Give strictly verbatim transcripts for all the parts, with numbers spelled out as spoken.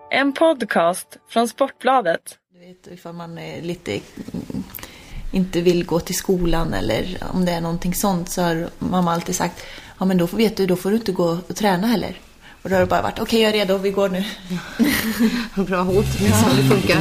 En podcast från Sportbladet. Du vet, ifall man är lite inte vill gå till skolan eller om det är någonting sånt, så har mamma alltid sagt, ja men då får, vet du, då får du inte gå och träna heller. Och då har det bara varit, okej okay, jag är redo, vi går nu. Bra hot, men så det funkar.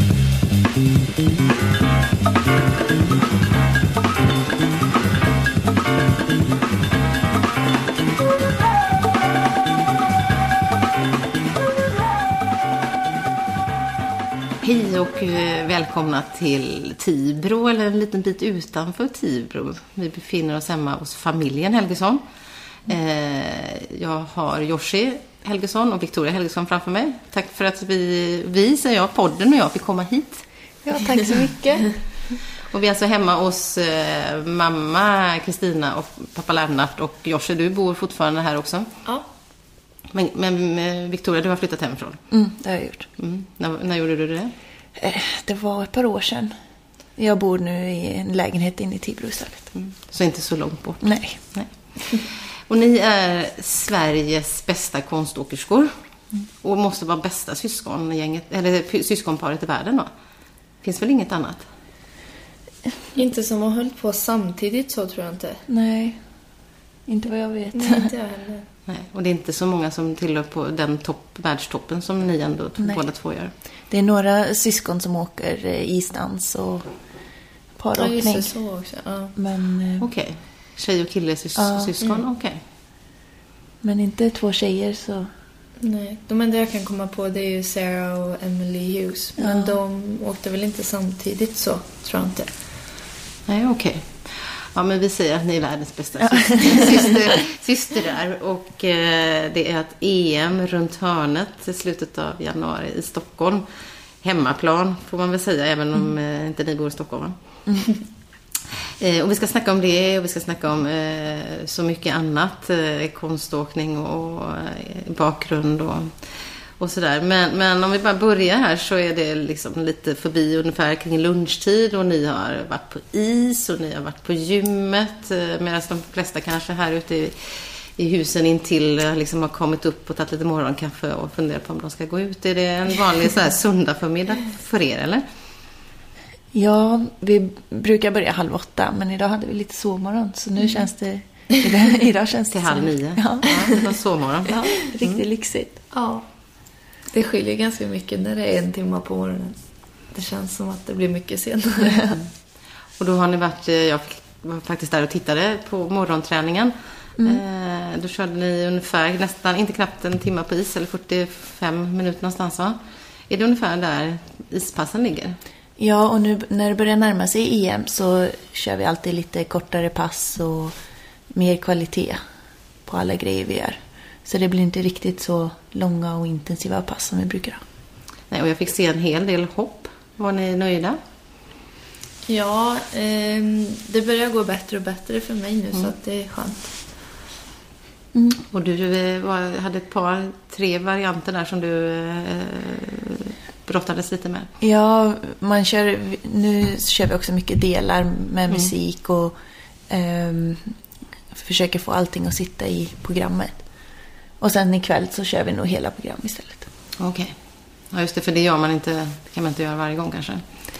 Hej och välkomna till Tibro, eller en liten bit utanför Tibro. Vi befinner oss hemma hos familjen Helgesson. Jag har Joshi Helgesson och Victoria Helgesson framför mig. Tack för att vi, vi säger jag, podden och jag fick komma hit. Ja, tack så mycket. Och vi är alltså hemma hos eh, mamma Kristina och pappa Lennart, och Joshi, du bor fortfarande här också. Ja. Men, men Victoria, du har flyttat hemifrån. Mm, det har jag gjort. Mm. När, när gjorde du det? Det var ett par år sedan. Jag bor nu i en lägenhet inne i Tibro istället. Mm. Så inte så långt bort. Nej. Nej. Och ni är Sveriges bästa konståkerskor. Mm. Och måste vara bästa syskongänget, eller syskonparet i världen då. Finns väl inget annat? Inte som har hållit på samtidigt, så tror jag inte. Nej, inte vad jag vet. Nej, inte jag heller. Nej, och det är inte så många som tillhör på den topp, världstoppen som ni ändå båda två gör. Det är några syskon som åker isdans och paråkning. Ja, just det, så också. Ja. Men, okej, okay. Tjej och kille sys- ja. syskon, mm. okej. Okay. Men inte två tjejer så... Nej, de enda jag kan komma på det är ju Sarah och Emily Hughes. Men ja. De åkte väl inte samtidigt, så tror jag inte. Nej, okej. Okay. Ja, men vi säger att ni är världens bästa syster, systrar. Och eh, det är ett E M runt hörnet i slutet av januari i Stockholm. Hemmaplan får man väl säga, även om eh, inte ni bor i Stockholm. Mm. Eh, och vi ska snacka om det, och vi ska snacka om eh, så mycket annat. Eh, konståkning och eh, bakgrund och... och sådär. Men, men om vi bara börjar här, så är det liksom lite förbi ungefär kring lunchtid, och ni har varit på is och ni har varit på gymmet, medan de flesta kanske här ute i, i husen intill liksom har kommit upp och tagit lite morgonkaffe och funderat på om de ska gå ut. Är det en vanlig så här söndag förmiddag för er, eller? Ja, vi brukar börja halv åtta, men idag hade vi lite sovmorgon, så nu mm. känns det idag, idag känns det till halv nio. Ja, ja, det var sovmorgon. Ja, riktigt mm. lyxigt. Ja. Det skiljer ganska mycket när det är en timme på morgonen. Det känns som att det blir mycket senare. Mm. Och då har ni varit, jag var faktiskt där och tittade på morgonträningen. Mm. Eh, då körde ni ungefär, nästan, inte knappt en timme på is, eller fyrtiofem minuter någonstans, va? Är det ungefär där ispassen ligger? Ja, och nu när det börjar närma sig E M så kör vi alltid lite kortare pass och mer kvalitet på alla grejer vi gör. Så det blir inte riktigt så långa och intensiva pass som vi brukar ha. Nej, och jag fick se en hel del hopp. Var ni nöjda? Ja, eh, det börjar gå bättre och bättre för mig nu, mm. så att det är skönt. Mm. Och du var, hade ett par, tre varianter där som du eh, brottades lite med. Ja, man kör, nu kör vi också mycket delar med mm. musik och eh, försöker få allting att sitta i programmet. Och sen ikväll så kör vi nog hela program istället. Okej. Okay. Ja, just det, för det gör man inte, det kan man inte göra varje gång kanske.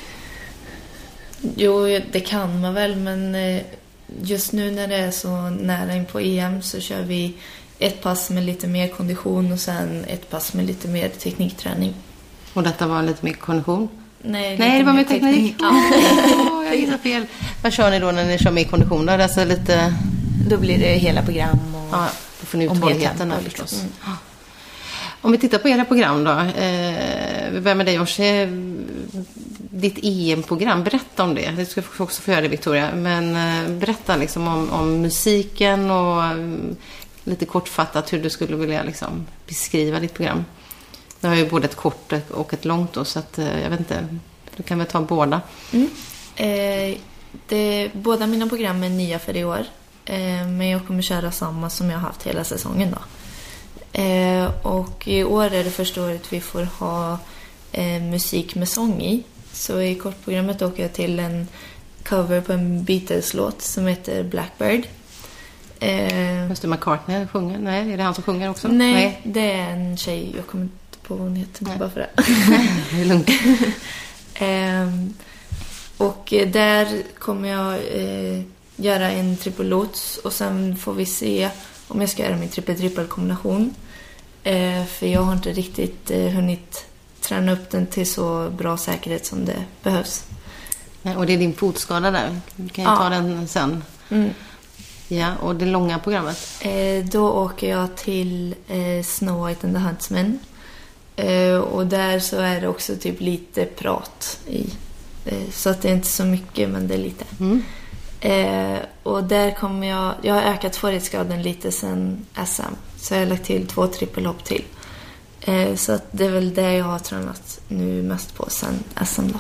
Jo, det kan man väl, men just nu när det är så nära in på E M så kör vi ett pass med lite mer kondition och sen ett pass med lite mer teknikträning. Och detta var lite mer kondition? Nej, Nej det var med teknik. teknik. Ja. Oh, jag gissar fel. Vad kör ni då när ni kör med kondition? Då? Alltså lite... då blir det hela program och... Ja, då får ni uthålligheten där liksom. förstås. Mm. Om vi tittar på era program då. Eh, vi börjar med dig, Joshi. Ditt E M-program, berätta om det. Du ska också få göra det, Victoria. Men eh, berätta liksom om, om musiken och um, lite kortfattat hur du skulle vilja liksom, beskriva ditt program. Det har ju både ett kort och ett långt då, så att eh, jag vet inte. Du kan väl ta båda. Mm. Eh, det, båda mina program är nya för i år. Eh, men jag kommer köra samma som jag har haft hela säsongen då. Eh, och i år är det första året vi får ha eh, musik med sång i. Så i kortprogrammet åker jag till en cover på en Beatles-låt som heter Blackbird. Eh, Just det, McCartney sjunger. Nej, är det han som sjunger också? Nej, nej, det är en tjej. Jag kommer inte på vad hon heter. Nej. Bara för det. Det är lugnt. Ehm, och eh, där kommer jag eh, göra en trippellots. Och sen får vi se om jag ska göra min trippel-trippel-kombination. Eh, för jag har inte riktigt eh, hunnit träna upp den till så bra säkerhet som det behövs. Ja, och det är din fotskada där. Du kan ju Ja. ta den sen. Mm. Ja, och det långa programmet. Eh, då åker jag till eh, Snow White and the Huntsman. Eh, och där så är det också typ lite prat i. Eh, så att det är inte så mycket, men det är lite. Mm. Eh, och där kommer jag... Jag har ökat svårighetsgraden lite sen S M. Så jag har lagt till två trippelhopp till. Eh, så att det är väl det jag har tränat nu mest på sen S M då.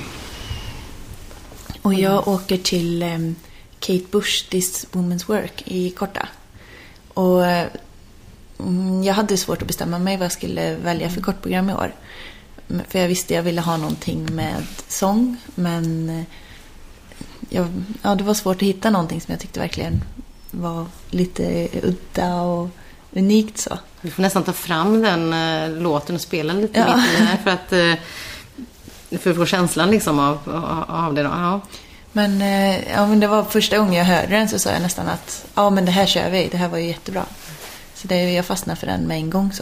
Och jag åker till um, Kate Bush, This Woman's Work i korta. Och mm, jag hade svårt att bestämma mig vad jag skulle välja för kortprogram i år. För jag visste jag ville ha någonting med sång. Men eh, jag, ja, det var svårt att hitta någonting som jag tyckte verkligen var lite udda och unikt så. Vi får nästan ta fram den uh, låten och spela lite Ja. mitt i det här för att uh, för att få känslan liksom av, av, av det då. Ja. Men, eh, ja, men det var första gången jag hörde den så sa jag nästan att ja, men det här kör vi, det här var ju jättebra. Så det, jag fastnade för den med en gång så.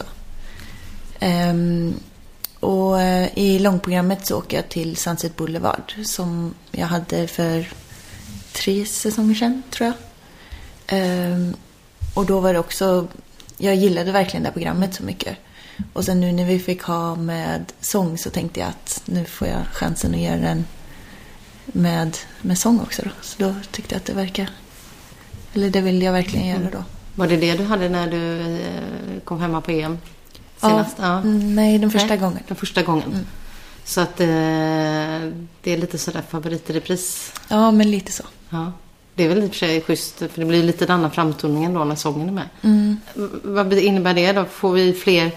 Ehm, och eh, i långprogrammet så åker jag till Sunset Boulevard som jag hade för tre säsonger sedan tror jag. Ehm, och då var det också, jag gillade verkligen det programmet så mycket. Och sen nu när vi fick ha med sång så tänkte jag att nu får jag chansen att göra den med, med sång också då. Så då tyckte jag att det verkar, eller det vill jag verkligen göra då. Var det det du hade när du uh, kom hemma på E M senast? Ja, Ja. mm, nej, den första Nej, gången. Den första gången. Mm. Så att uh, det är lite sådär favorit i repris. Ja, men lite så. Ja. Det är väl i och för sig schysst, för det blir lite en annan framtoning då när sången är med. Mm. Vad innebär det då? Får vi fler...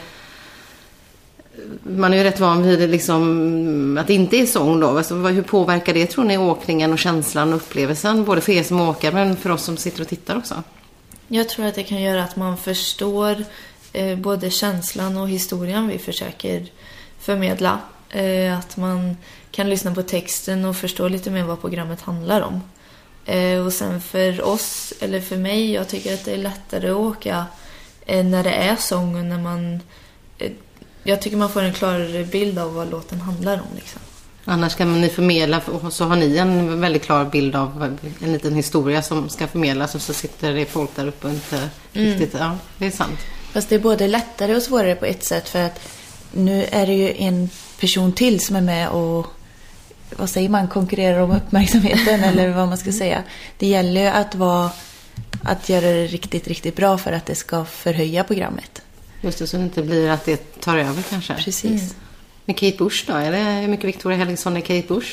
Man är ju rätt van vid det liksom, att det inte är sång då. Alltså, hur påverkar det, tror ni, åkningen och känslan och upplevelsen? Både för er som åker men för oss som sitter och tittar också. Jag tror att det kan göra att man förstår eh, både känslan och historien vi försöker förmedla. Eh, att man kan lyssna på texten och förstå lite mer vad programmet handlar om. Eh, och sen för oss, eller för mig, jag tycker att det är lättare att åka eh, när det är sång och när man... Eh, jag tycker man får en klarare bild av vad låten handlar om liksom. Annars kan ni förmedla, och så har ni en väldigt klar bild av en liten historia som ska förmedlas, och så sitter det folk där uppe och inte Mm. riktigt, ja, det är sant. Fast det är både lättare och svårare på ett sätt för att nu är det ju en person till som är med och, vad säger man, konkurrerar om uppmärksamheten eller vad man ska säga. Det gäller ju att vara, att göra det riktigt, riktigt bra för att det ska förhöja programmet. Just det, så det inte blir att det tar över kanske. Precis. Mm. Men Kate Bush då? Är det, hur mycket Victoria Helgesson är Kate Bush?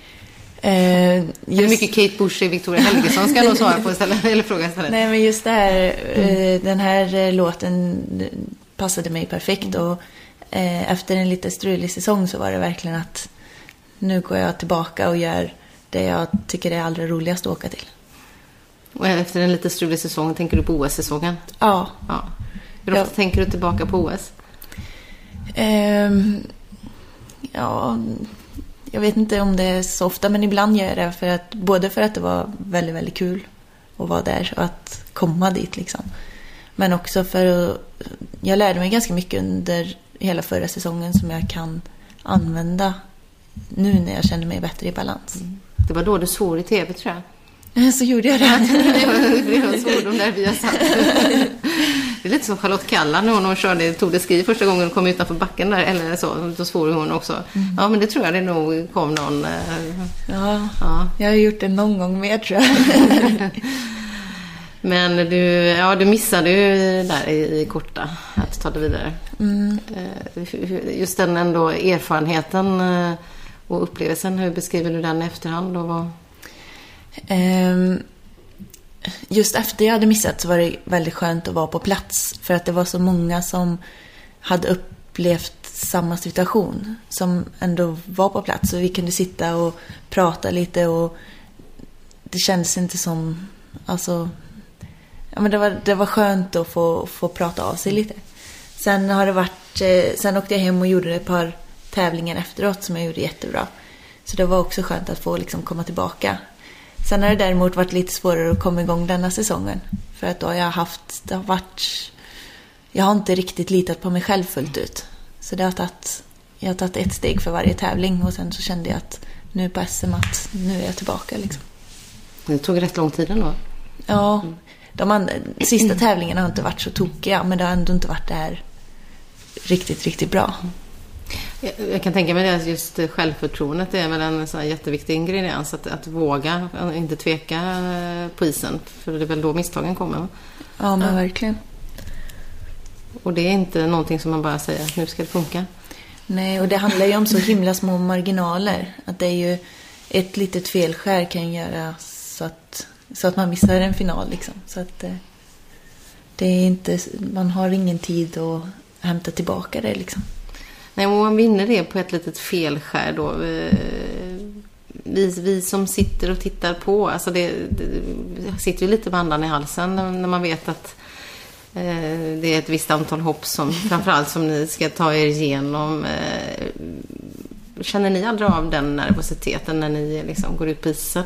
Eh, just, Hur mycket Kate Bush är Victoria Helgesson? Ska jag nog svara på istället, eller fråga istället. nej, men just det här, eh, den här eh, låten passade mig perfekt och eh, efter en lite strulig säsong så var det verkligen att nu går jag tillbaka och gör det jag tycker är allra roligast att åka till. Och efter en lite strulig säsong, tänker du på O S-säsongen? Ja. Ja. Hur ofta Ja. tänker du tillbaka på O S? Ehm, ja, jag vet inte om det är så ofta, men ibland gör jag det för att, både för att det var väldigt, väldigt kul att vara där och att komma dit liksom. Men också för att jag lärde mig ganska mycket under hela förra säsongen som jag kan använda nu när jag känner mig bättre i balans. Det var då du svor i tv, tror jag. Så gjorde jag det. Det var, det var svordom där vi har satt. Det är lite som Charlotte Kalla när hon körde Tour de Ski första gången hon kom utanför backen där, eller så, då svor hon också. Mm. Ja, men det tror jag det nog kom någon... Eh, Ja, ja. jag har gjort det någon gång mer, tror jag. Men du, ja, du missade ju där i, i korta att ta det vidare. Mm. Eh, just den ändå erfarenheten eh, och upplevelsen, hur beskriver du den i efterhand? Och vad... Um, just efter jag hade missat så var det väldigt skönt att vara på plats för att det var så många som hade upplevt samma situation som ändå var på plats, och vi kunde sitta och prata lite och det kändes inte som, alltså, ja, men det var, det var skönt att få, få prata av sig lite. Sen har det varit vart, eh, sen åkte jag hem och gjorde ett par tävlingar efteråt som jag gjorde jättebra. Så det var också skönt att få liksom komma tillbaka. Sen har det däremot varit lite svårare att komma igång denna säsongen. För att då har jag haft, det har varit, jag har inte riktigt litat på mig själv fullt ut. Så det har tagit, jag har tagit ett steg för varje tävling. Och sen så kände jag att nu på S M att nu är jag tillbaka liksom. Det tog rätt lång tid ändå. Ja, de andra, sista tävlingarna har inte varit så tokiga. Men det har ändå inte varit det här riktigt, riktigt bra. Jag, jag kan tänka mig att just självförtroendet är väl en sån här jätteviktig ingrediens. Att, att våga, inte tveka på isen. För det är väl då misstagen kommer. Ja, men ja. Verkligen. Och det är inte någonting som man bara säger att nu ska det funka. Nej, och det handlar ju om så himla små marginaler. Att det är ju ett litet felskär kan göra så att, så att man missar en final liksom. Så att det, det är inte, man har ingen tid att hämta tillbaka det liksom. Nej, men man vinner det på ett litet felskär då. Vi, vi som sitter och tittar på, alltså det, det sitter ju lite med andan i halsen när man vet att eh, det är ett visst antal hopp som framförallt som ni ska ta er igenom. Eh, känner ni aldrig av den nervositeten när ni liksom går ut på isen?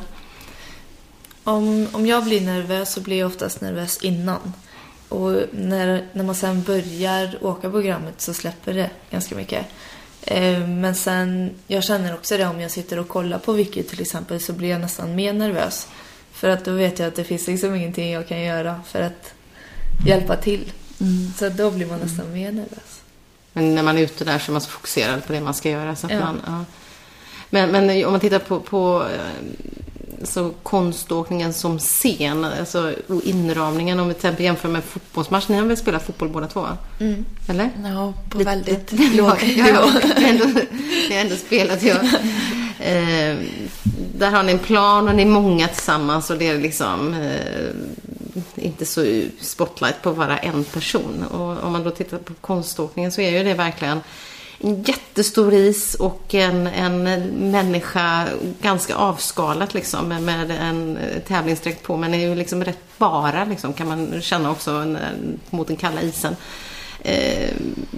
Om, om jag blir nervös så blir jag oftast nervös innan. Och när, när man sen börjar åka programmet så släpper det ganska mycket. Eh, men sen, jag känner också det om jag sitter och kollar på Vicky till exempel så blir jag nästan mer nervös. För att då vet jag att det finns liksom ingenting jag kan göra för att hjälpa till. Mm. Så då blir man nästan mer nervös. Men när man är ute där så är man så fokuserad på det man ska göra. Så att ja. Man, ja. Men, men om man tittar på... på så konståkningen som scen, alltså inramningen, om vi till exempel jämför med fotbollsmatch. Ni har väl spelat fotboll båda två? Mm. Eller? Ja, på lite, väldigt låg nivå. Ja, ni har ändå spelat, ja. eh, där har ni en plan och ni är många tillsammans och det är liksom eh, inte så spotlight på bara en person. Och om man då tittar på konståkningen så är ju det verkligen en jättestor is och en, en människa ganska avskalat liksom, med, med en tävlingsdräkt på, men är ju liksom rätt bara liksom, kan man känna också en, mot den kalla isen. Eh,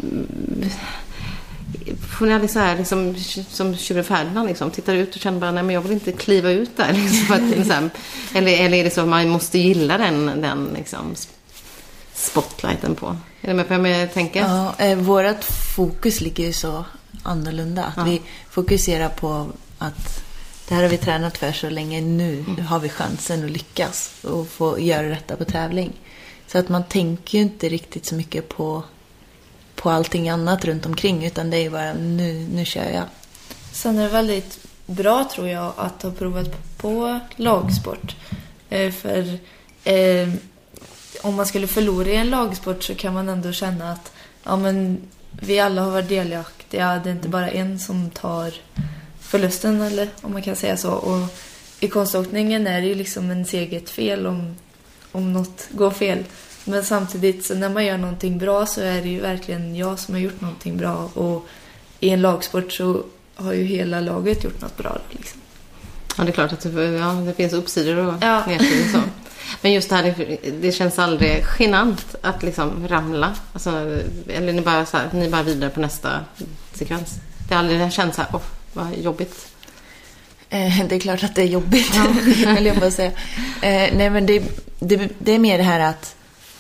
får ni aldrig så här liksom, som Tjuren Ferdinand liksom, tittar ut och känner bara, nej men jag vill inte kliva ut där liksom, för att, liksom, eller, eller är det så att man måste gilla den, den liksom, spotlighten på? Är det med på vad jag tänker? Ja, eh, vårat fokus ligger ju så annorlunda. Att ja. Vi fokuserar på att det här har vi tränat för så länge, nu mm. har vi chansen att lyckas och få göra detta på tävling. Så att man tänker ju inte riktigt så mycket på, på allting annat runt omkring, utan det är bara nu, nu kör jag. Sen är det väldigt bra tror jag att ha provat på lagsport. Eh, för eh, om man skulle förlora i en lagsport så kan man ändå känna att ja, men vi alla har varit delaktiga. Det är inte bara en som tar förlusten, eller om man kan säga så. Och i konståkningen är det ju liksom en eget fel om, om något går fel. Men samtidigt så när man gör någonting bra så är det ju verkligen jag som har gjort någonting bra. Och i en lagsport så har ju hela laget gjort något bra liksom. Ja, det är klart att det, ja, det finns uppsidor och ja. Nedsidor så. Men just det här, det känns aldrig genant att liksom ramla. Alltså, eller ni bara, så här, ni bara vidare på nästa sekvens. Det är aldrig, det känns så här, åh, vad jobbigt. Eh, det är klart att det är jobbigt, ja. Vill jag bara säga. Eh, nej, men det, det, det är mer det här att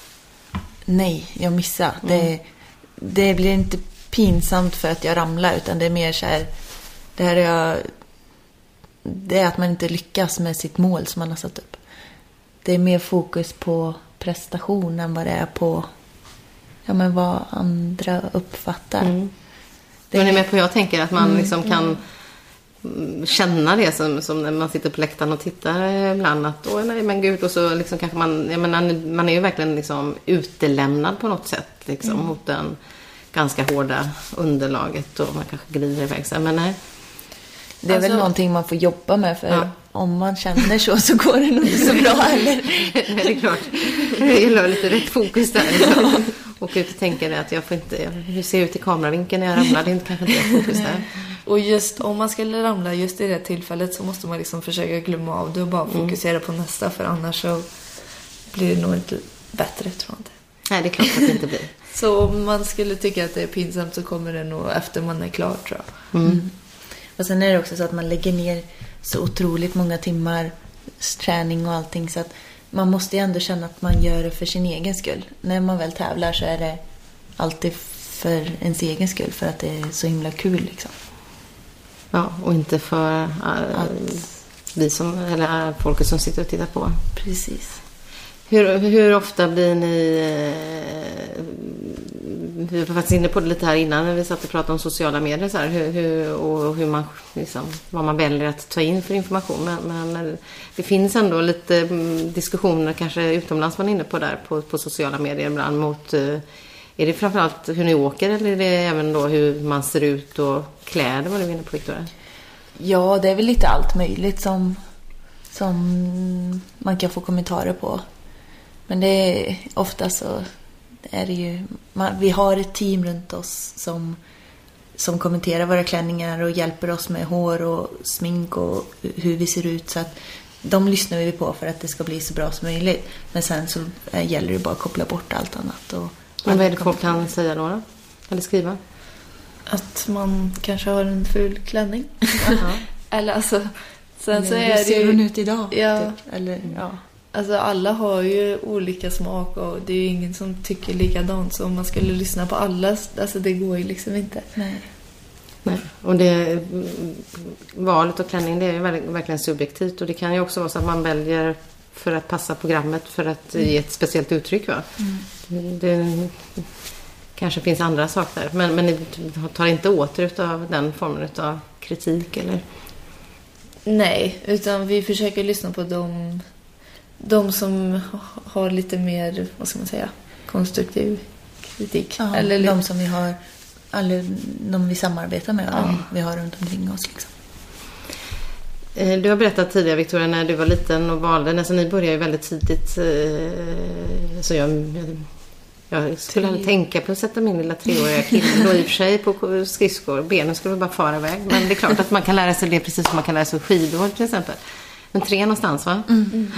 nej, jag missar. Mm. Det, det blir inte pinsamt för att jag ramlar, utan det är mer så här, det här är jag, det är att man inte lyckas med sitt mål som man har satt upp. Det är mer fokus på prestation än vad det är på ja, men vad andra uppfattar. Mm. Det är ni med på, jag tänker att man mm, liksom kan mm. känna det som, som när man sitter på läktaren och tittar ibland att åh nej men gud, och så liksom kanske man, jag menar, man är ju verkligen liksom utelämnad på något sätt liksom, mm. mot den ganska hårda underlaget och man kanske glider iväg sig, men nej. Det är alltså, väl någonting man får jobba med, för ja. Om man känner så så går det nog inte så bra heller. Nej, det är klart. Det gäller lite rätt fokus där. Liksom. Och ut och tänker att jag får inte, hur ser ut i kameravinkeln när jag ramlar, det är kanske inte rätt fokus där. Och just om man skulle ramla just i det tillfället så måste man liksom försöka glömma av det och bara fokusera mm. på nästa, för annars så blir det nog inte bättre, tror jag inte. Nej, det är klart att det inte blir. Så om man skulle tycka att det är pinsamt så kommer det nog efter man är klar, tror jag. Mm. Mm. Och sen är det också så att man lägger ner så otroligt många timmar träning och allting, så att man måste ju ändå känna att man gör det för sin egen skull. När man väl tävlar så är det alltid för ens egen skull, för att det är så himla kul liksom. Ja, och inte för äh, att vi som, eller folket som sitter och tittar på. Precis. Hur, hur ofta blir ni, eh, vi var faktiskt inne på det lite här innan när vi satt och pratade om sociala medier så här, hur, hur, och hur man, liksom, vad man väljer att ta in för information. Men, men det finns ändå lite diskussioner kanske utomlands man är inne på där på, på sociala medier ibland mot, är det framförallt hur ni åker eller är det även då hur man ser ut och kläder, vad du är inne på, Victoria? Ja, det är väl lite allt möjligt som, som man kan få kommentarer på. Men det är ofta så är det ju, man, vi har ett team runt oss som, som kommenterar våra klänningar och hjälper oss med hår och smink och hur vi ser ut, så att de lyssnar vi på för att det ska bli så bra som möjligt. Men sen så gäller det bara att koppla bort allt annat. Och men vad är det folk kan säga då, då? Eller skriva? Att man kanske har en ful klänning. Eller alltså, sen eller, så är hur det ser ju, hon ut idag? Ja. Typ. Eller, ja. Alltså alla har ju olika smak och det är ju ingen som tycker likadant, så om man skulle lyssna på alla, alltså det går ju liksom inte. Nej. Nej. Och det, valet av klänning, det är ju verkligen subjektivt, och det kan ju också vara så att man väljer för att passa programmet, för att mm. ge ett speciellt uttryck, va? Mm. Det kanske finns andra saker där, men, men ni tar inte åter av den formen av kritik eller? Nej, utan vi försöker lyssna på de de som har lite mer, vad ska man säga, konstruktiv kritik. Ja, eller de som vi har, alla de vi samarbetar med, ja. De vi har runt omkring oss liksom. Du har berättat tidigare, Victoria, när du var liten och valde, alltså ni började ju väldigt tidigt, så jag, jag skulle Tre. tänka på att sätta min lilla treåriga kille då i och för sig på skridskor, benen skulle bara fara iväg, men det är klart att man kan lära sig det precis som man kan lära sig skidor till exempel. Men tre någonstans, va? Mm. Mm.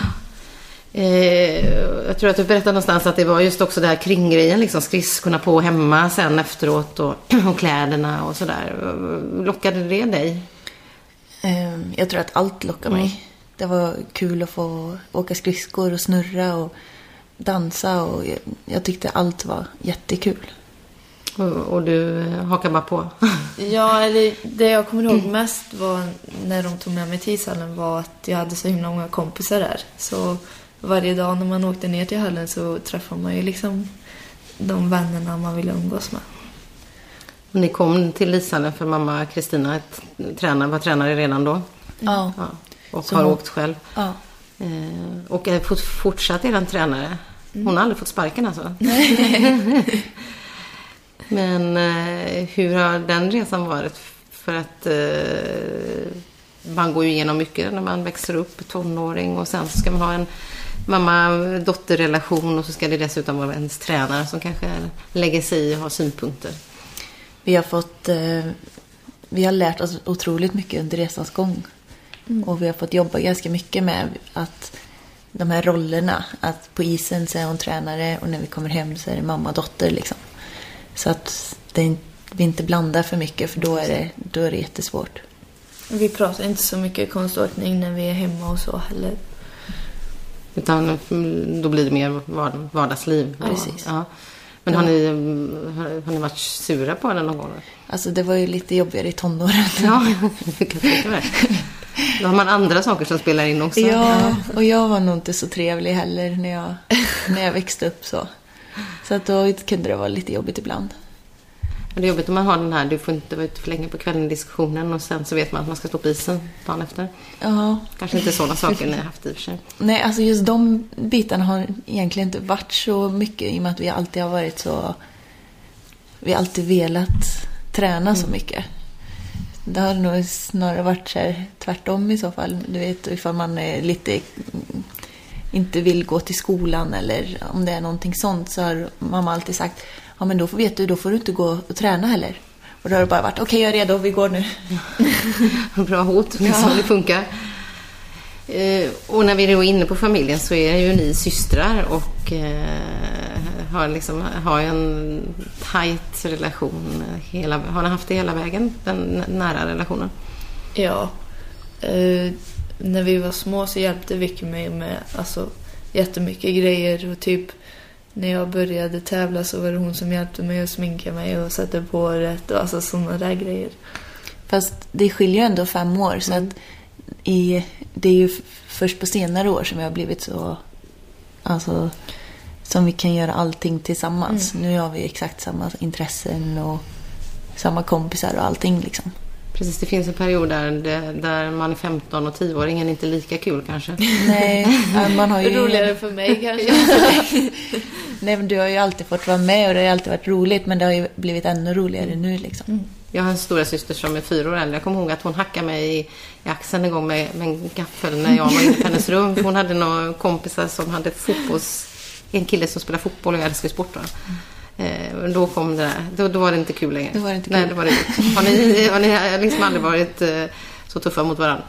Eh, jag tror att du berättade någonstans att det var just också där kringgrejen, liksom skridskorna på hemma sen efteråt och, och kläderna och sådär. Lockade det dig? Eh, jag tror att allt lockade mig. Mm. Det var kul att få åka skridskor och snurra och dansa, och jag, jag tyckte allt var jättekul. Och, och du hakar bara på? Ja, eller det jag kommer ihåg mest var när de tog med mig till ishallen var att jag hade så himla många kompisar där. Så varje dag när man åkte ner till hallen så träffade man ju liksom de vännerna man ville umgås med. Och ni kom till ishallen för mamma Kristina tränar, var tränare redan då? Ja. ja. Och så har hon... åkt själv? Ja. Eh, och är fortsatt er tränare? Hon har aldrig fått sparken alltså? Men eh, hur har den resan varit? För att eh, man går ju igenom mycket när man växer upp, tonåring, och sen så ska man ha en mamma-dotter-relation, och så ska det dessutom vara ens tränare som kanske lägger sig i och har synpunkter. Vi har fått eh, vi har lärt oss otroligt mycket under resans gång. Mm. Och vi har fått jobba ganska mycket med att de här rollerna, att på isen så är hon tränare och när vi kommer hem så är det mamma-dotter liksom. Så att det, vi inte blandar för mycket, för då är det, då är det jättesvårt. Vi pratar inte så mycket konståkning när vi är hemma och så heller. Utan då blir det mer vardagsliv. Precis. Ja. Men har ni, har, har ni varit sura på den någon gång? Alltså det var ju lite jobbigare i tonåren. Ja, jag kan tänka mig. Då har man andra saker som spelar in också. Ja, och jag var nog inte så trevlig heller när jag, när jag växte upp så. Så att då kunde det vara lite jobbigt ibland. Men det är jobbigt om man har den här, du får inte vara ute för länge på kvällen i diskussionen, och sen så vet man att man ska stå på isen dagen efter. Ja. Kanske inte sådana saker ni har haft i och för sig. Nej, alltså just de bitarna har egentligen inte varit så mycket, i och med att vi alltid har varit så, vi har alltid velat träna så mycket. Det har nog snarare varit så här, tvärtom i så fall. Du vet, ifall man är lite inte vill gå till skolan eller om det är någonting sånt, så har mamma alltid sagt, ja men då får, vet du, då får du inte gå och träna heller. Och då har det bara varit, okej okay, jag är redo, vi går nu. Bra hot, det är så det funkar. Eh, och när vi är inne på familjen så är ju ni systrar och eh, har, liksom, har en tajt relation. Hela, har ni haft det hela vägen, den nära relationen? Ja. Eh, när vi var små så hjälpte Vicky mig med alltså, jättemycket grejer. Och typ när jag började tävla så var det hon som hjälpte mig att sminka mig och sätta på håret. Och alltså sådana där grejer. Fast det skiljer ju ändå fem år. Så Mm. att i, det är ju f- först på senare år som jag har blivit så... Alltså, som vi kan göra allting tillsammans. Mm. Nu har vi exakt samma intressen och samma kompisar och allting liksom. Precis, det finns en period där, där man är femton och tioåringen är inte lika kul kanske. Nej, man har ju... Roligare för mig kanske. Nej, men du har ju alltid fått vara med och det har alltid varit roligt. Men det har ju blivit ännu roligare nu liksom. Mm. Jag har en stora syster som är fyra år äldre. Jag kommer ihåg att hon hackade mig i, i axeln en gång med, med en gaffel när jag var inne på hennes rum. Hon hade några kompisar som hade fotbolls... En kille som spelar fotboll och jag älskar sport. Då. Eh, då kom det där. Då, då var det inte kul längre. Då var det inte Nej, kul. då var det ut. Har ni, har ni liksom aldrig varit eh, så tuffa mot varandra?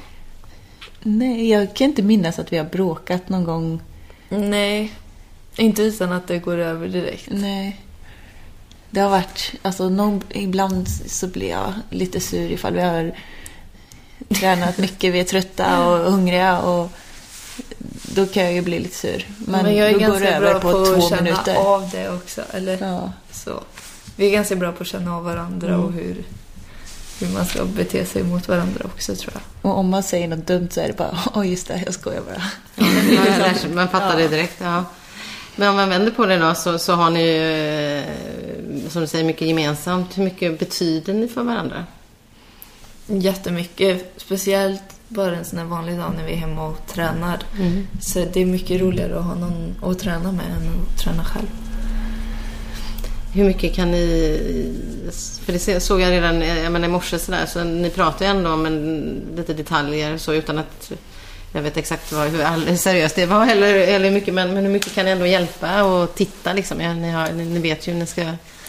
Nej, jag kan inte minnas att vi har bråkat någon gång. Nej, inte utan att det går över direkt. Nej. Det har varit, alltså någon, ibland så blir jag lite sur ifall vi har tränat mycket, vi är trötta och hungriga och då kan jag ju bli lite sur. Men, Men jag är då går det ganska över bra på, på, två att känna minuter. av det också. Eller? Ja. Så. Vi är ganska bra på att känna av varandra Mm. och hur, hur man ska bete sig mot varandra också, tror jag. Och om man säger något dumt så är det bara, åh just det, jag skojar bara. Ja, man, lär sig, man fattar det direkt, ja. Men om man vänder på det då så, så har ni ju, eh, som du säger, mycket gemensamt. Hur mycket betyder ni för varandra? Jättemycket. Speciellt bara en sån här vanlig dag när vi är hemma och tränar. Mm. Så det är mycket roligare att ha någon att träna med än att träna själv. Hur mycket kan ni... För det såg jag redan jag menar, i morse sådär, så ni pratar ju ändå om en, lite detaljer så utan att jag vet exakt vad, hur all, seriöst det var eller, eller hur mycket, men, men hur mycket kan ni ändå hjälpa och titta liksom? Ja, ni, har, ni, ni vet ju hur ni ska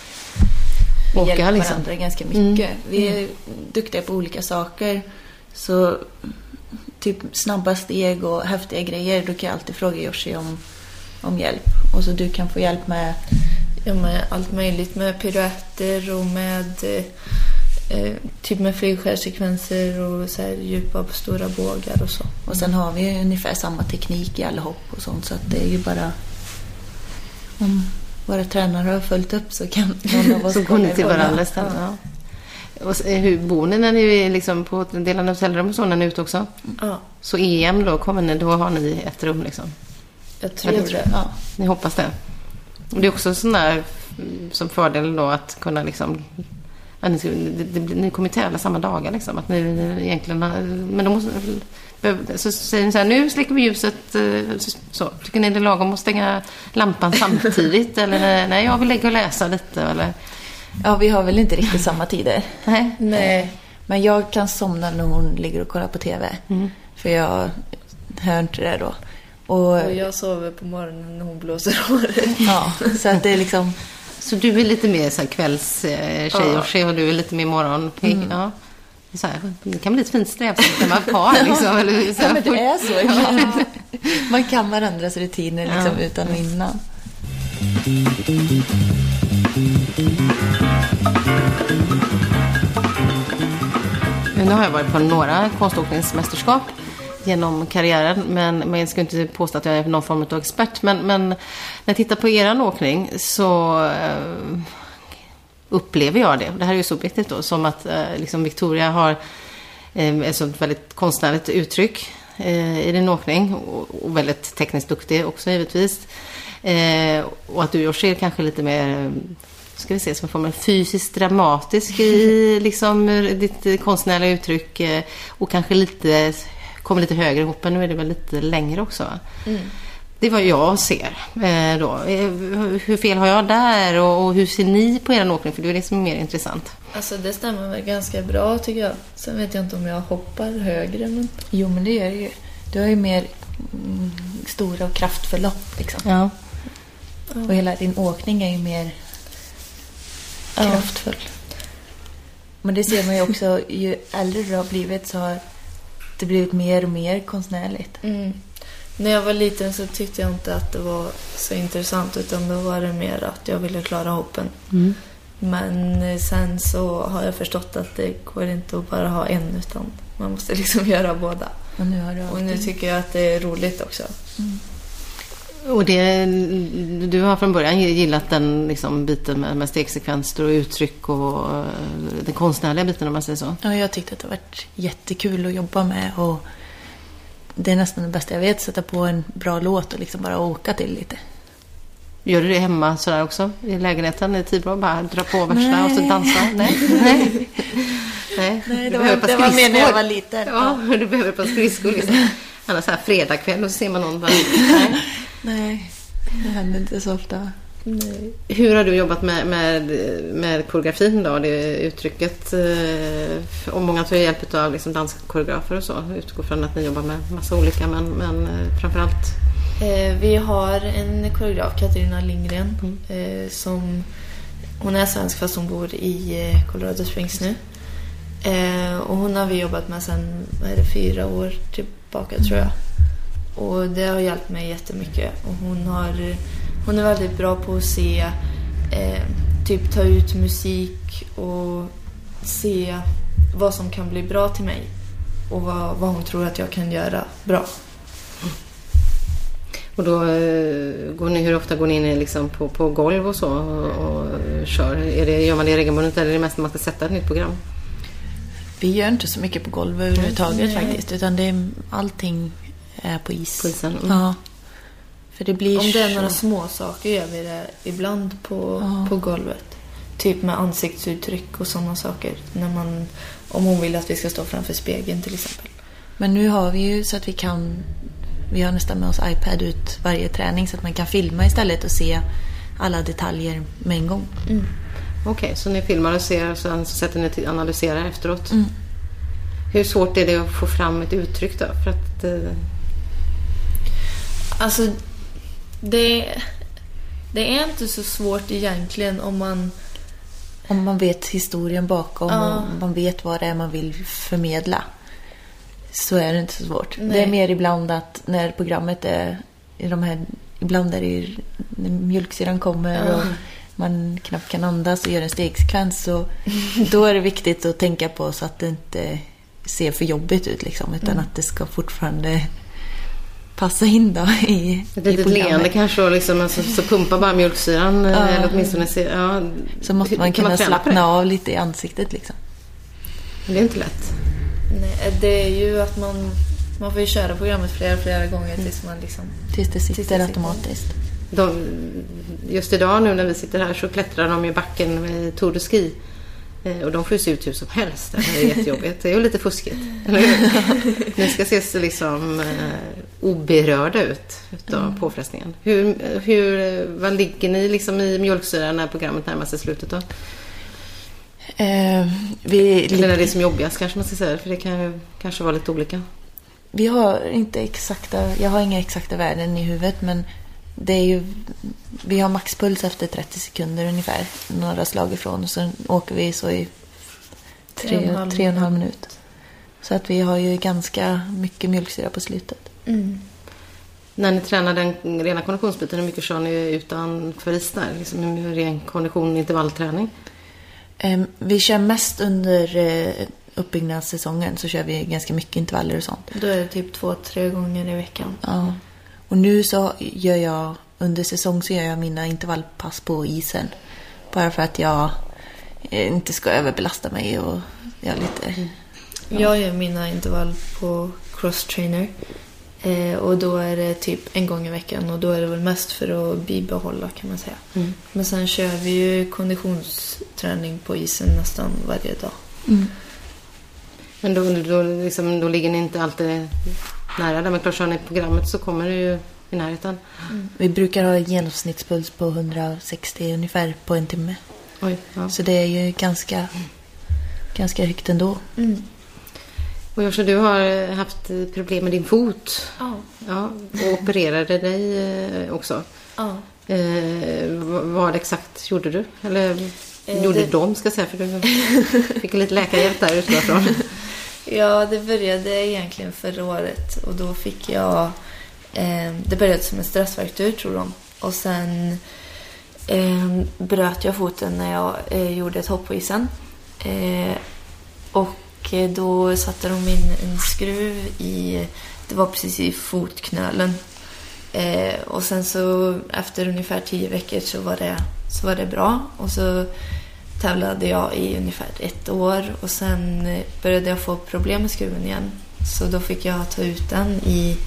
Vi åka hjälper liksom. varandra ganska mycket. Mm. Vi är duktiga på olika saker. Så typ snabba steg och häftiga grejer, då kan jag alltid fråga Yoshi om, om hjälp. Och så du kan få hjälp med... Ja, med allt möjligt. Med piruetter och med eh, typ med flygskärsekvenser och så här djupa på stora bågar och så. Och sen har vi ungefär samma teknik i alla hopp och sånt. Så att det är ju bara... Om våra tränare har följt upp så kan någon av oss... Så går ni till kolla. varandra istället. Ja. Och hur bor ni när ni är liksom på delarna av hotellrum och så när ni är ute också? Ja, Så E M då kommer ni, då har ni ett rum liksom. jag tror Ja, det. Ja. Ni hoppas det. Och det är också sån där som fördel då att kunna liksom ja, ni, ska, det, det, ni kommer tävla samma dagar liksom att ni, ni egentligen har, men då måste så säger ni så här, nu släcker vi ljuset så, så tycker ni det är lagom att stänga lampan samtidigt eller nej, jag vill lägga och läsa lite eller ja, vi har väl inte riktigt samma tider. nej. Nej. Men jag kan somna när hon ligger och kollar på tv. Mm. För jag hör inte det då. Och, Och jag sover på morgonen när hon blåser håret. ja, så att det är liksom... Så du är lite mer så här kvällstjej Ja. och tjej och du är lite mer morgonpigg. Mm. Ja. Så här, det kan bli ett fint strävsamt när man är par liksom. Eller så Ja, här. men det är så ibland. Man kan varandras rutiner liksom Ja. utan och innan. Nu har jag varit på några konståkningsmästerskap genom karriären, men, men jag ska inte påstå att jag är någon form av expert, men, men när jag tittar på eran åkning så eh, upplever jag det, det här är ju så viktigt då, som att eh, liksom Victoria har eh, ett sånt väldigt konstnärligt uttryck eh, i din åkning och, och väldigt tekniskt duktig också givetvis, eh, och att du Yoshi är kanske lite mer ska vi se som en form av fysiskt dramatisk i liksom ditt konstnärliga uttryck eh, och kanske lite kommer lite högre ihop, men nu är det väl lite längre också. Va? Mm. Det är vad jag ser eh, då. Eh, hur fel har jag där och, och hur ser ni på er åkning? För det är det som är mer intressant. Alltså det stämmer väl ganska bra tycker jag. Sen vet jag inte om jag hoppar högre. Men... Jo, men det gör det ju. Du har ju mer mm, stora och kraftfulla lopp liksom. Ja. Och hela din åkning är ju mer Ja. kraftfull. Men det ser man ju också, ju äldre du har blivit så har det blivit mer och mer konstnärligt. Mm. när jag var liten så tyckte jag inte att det var så intressant, utan då var det mer att jag ville klara hoppen. Mm. Men sen så har jag förstått att det går inte att bara ha en, utan man måste liksom göra båda. Och nu, har du Och nu tycker jag att det är roligt också. Mm. Och det, du har från början gillat den liksom, biten med, med stegsekvenser och uttryck och uh, den konstnärliga biten, om man säger så. Ja, jag tyckte att det har varit jättekul att jobba med, och det är nästan det bästa jag vet, sätta på en bra låt och liksom bara åka till lite. Gör du det hemma sådär också? I lägenheten? Är det tid bra? Bara dra på värsta Nej. och så dansa? Nej. Nej. Nej. Nej, Du det behöver var, på det var mer när jag skridskor. var liten. Ja, du behöver på skridskor liksom. Annars så här fredagkväll och så ser man någon bara. Nej. Nej, det händer inte så ofta. Nej. Hur har du jobbat med, med, med koreografin då? Det uttrycket, eh, och många tar hjälp av liksom danskoreografer och så. Utgår från att ni jobbar med massa olika, men, men eh, framförallt... Eh, vi har en koreograf, Katarina Lindgren, Mm. eh, som hon är svensk fast hon bor i eh, Colorado Springs nu. Eh, och hon har vi jobbat med sedan, vad är det, fyra år tillbaka tror jag. Och det har hjälpt mig jättemycket. Och hon, har, hon är väldigt bra på att se, eh, typ ta ut musik och se vad som kan bli bra till mig. Och vad, vad hon tror att jag kan göra bra. Och då eh, går ni, hur ofta går ni in liksom på, på golv och så och, och kör? Är det, gör man det regelbundet eller är det mest när man ska sätta ett nytt program? Vi gör inte så mycket på golv överhuvudtaget Nej. faktiskt, utan det är, allting är på is. På isen, mm. Ja. För det blir Om det är så- några små saker gör vi det ibland på, Ja. på golvet. Typ med ansiktsuttryck och sådana saker. När man, om hon vill att vi ska stå framför spegeln till exempel. Men nu har vi ju så att vi kan, vi har nästan med oss iPad ut varje träning så att man kan filma istället och se alla detaljer med en gång. Mm. Okej, så ni filmar och ser och sen så sätter ni till analysera efteråt. Mm. Hur svårt är det att få fram ett uttryck då? För att, eh, Alltså, det, det är inte så svårt egentligen om man... Om man vet historien bakom Ja. och man vet vad det är man vill förmedla, så är det inte så svårt. Nej. Det är mer ibland att när programmet är i de här, ibland är det ju när mjölksyran kommer Ja. och man knappt kan andas och gör en stegsekvens, så då är det viktigt att tänka på så att det inte ser för jobbigt ut liksom, utan Mm. att det ska fortfarande passa in då i, ett i litet leende programmet. kanske och liksom, alltså, så pumpar bara mjölksyran Ja. eh, eller åtminstone se, ja, Så måste hur- man kan kunna träna på slappna av lite i ansiktet liksom. det? Det är inte lätt. Nej, det är ju att man, man får ju köra programmet flera, flera gånger tills man liksom... Tills det sitter Tills det sitter. automatiskt. De, just idag nu när vi sitter här så klättrar de i backen med Tour de Ski. Eh, Och de får ju se ut hur som helst. Det här är jättejobbigt. Det är ju lite fuskigt. Eller hur? Ni ska se så liksom eh, oberörda ut utav Mm. påfrestningen. Hur, hur, vad ligger ni liksom i mjölksyran när programmet närmar sig slutet då? Eh, vi, Eller när det är som jobbigast kanske man ska säga. För det kan ju kanske vara lite olika. vi har inte exakta, jag har inga exakta värden i huvudet, men det är ju, vi har maxpuls efter trettio sekunder ungefär, några slag ifrån, och sen åker vi så i Tre och en tre, halv tre och en halv minut. Så att vi har ju ganska mycket mjölksyra på slutet. Mm. När ni tränar den rena konditionsbiten, hur mycket kör ni utanför is där? Liksom en ren kondition, intervallträning? Eh, vi kör mest under eh, uppbyggnadssäsongen, så kör vi ganska mycket intervaller och sånt. Då är det typ två, tre gånger i veckan. Ja. Och nu så gör jag, under säsong så gör jag mina intervallpass på isen. Bara för att jag eh, inte ska överbelasta mig och göra lite... Jag gör mina intervall på cross-trainer. Eh, och då är det typ en gång i veckan. Och då är det väl mest för att bibehålla, kan man säga. Mm. Men sen kör vi ju konditionsträning på isen nästan varje dag. Mm. Men då, då, liksom, då ligger ni inte alltid nära där. Men klart, kör ni programmet så kommer det ju i närheten. Vi brukar ha en genomsnittspuls på hundrasextio ungefär på en timme. Oj, ja. Så det är ju ganska, ganska högt ändå. Mm. Och Joshua, du har haft problem med din fot. Ja. Ja, och opererade dig eh, också. Ja. Eh, vad vad exakt gjorde du? Eller Eh, gjorde det- de, ska jag säga, för du fick lite läkarhjälp där utifrån. Ja, det började egentligen förra året. Och då fick jag Eh, det började som en stressfraktur, tror de. Och sen eh, bröt jag foten när jag eh, gjorde ett hopp på isen. Eh, och eh, då satte de in en skruv i, det var precis i fotknölen. Eh, och sen så efter ungefär tio veckor så var det, så var det bra. Och så tävlade jag i ungefär ett år. Och sen eh, började jag få problem med skruven igen. Så då fick jag ta ut den i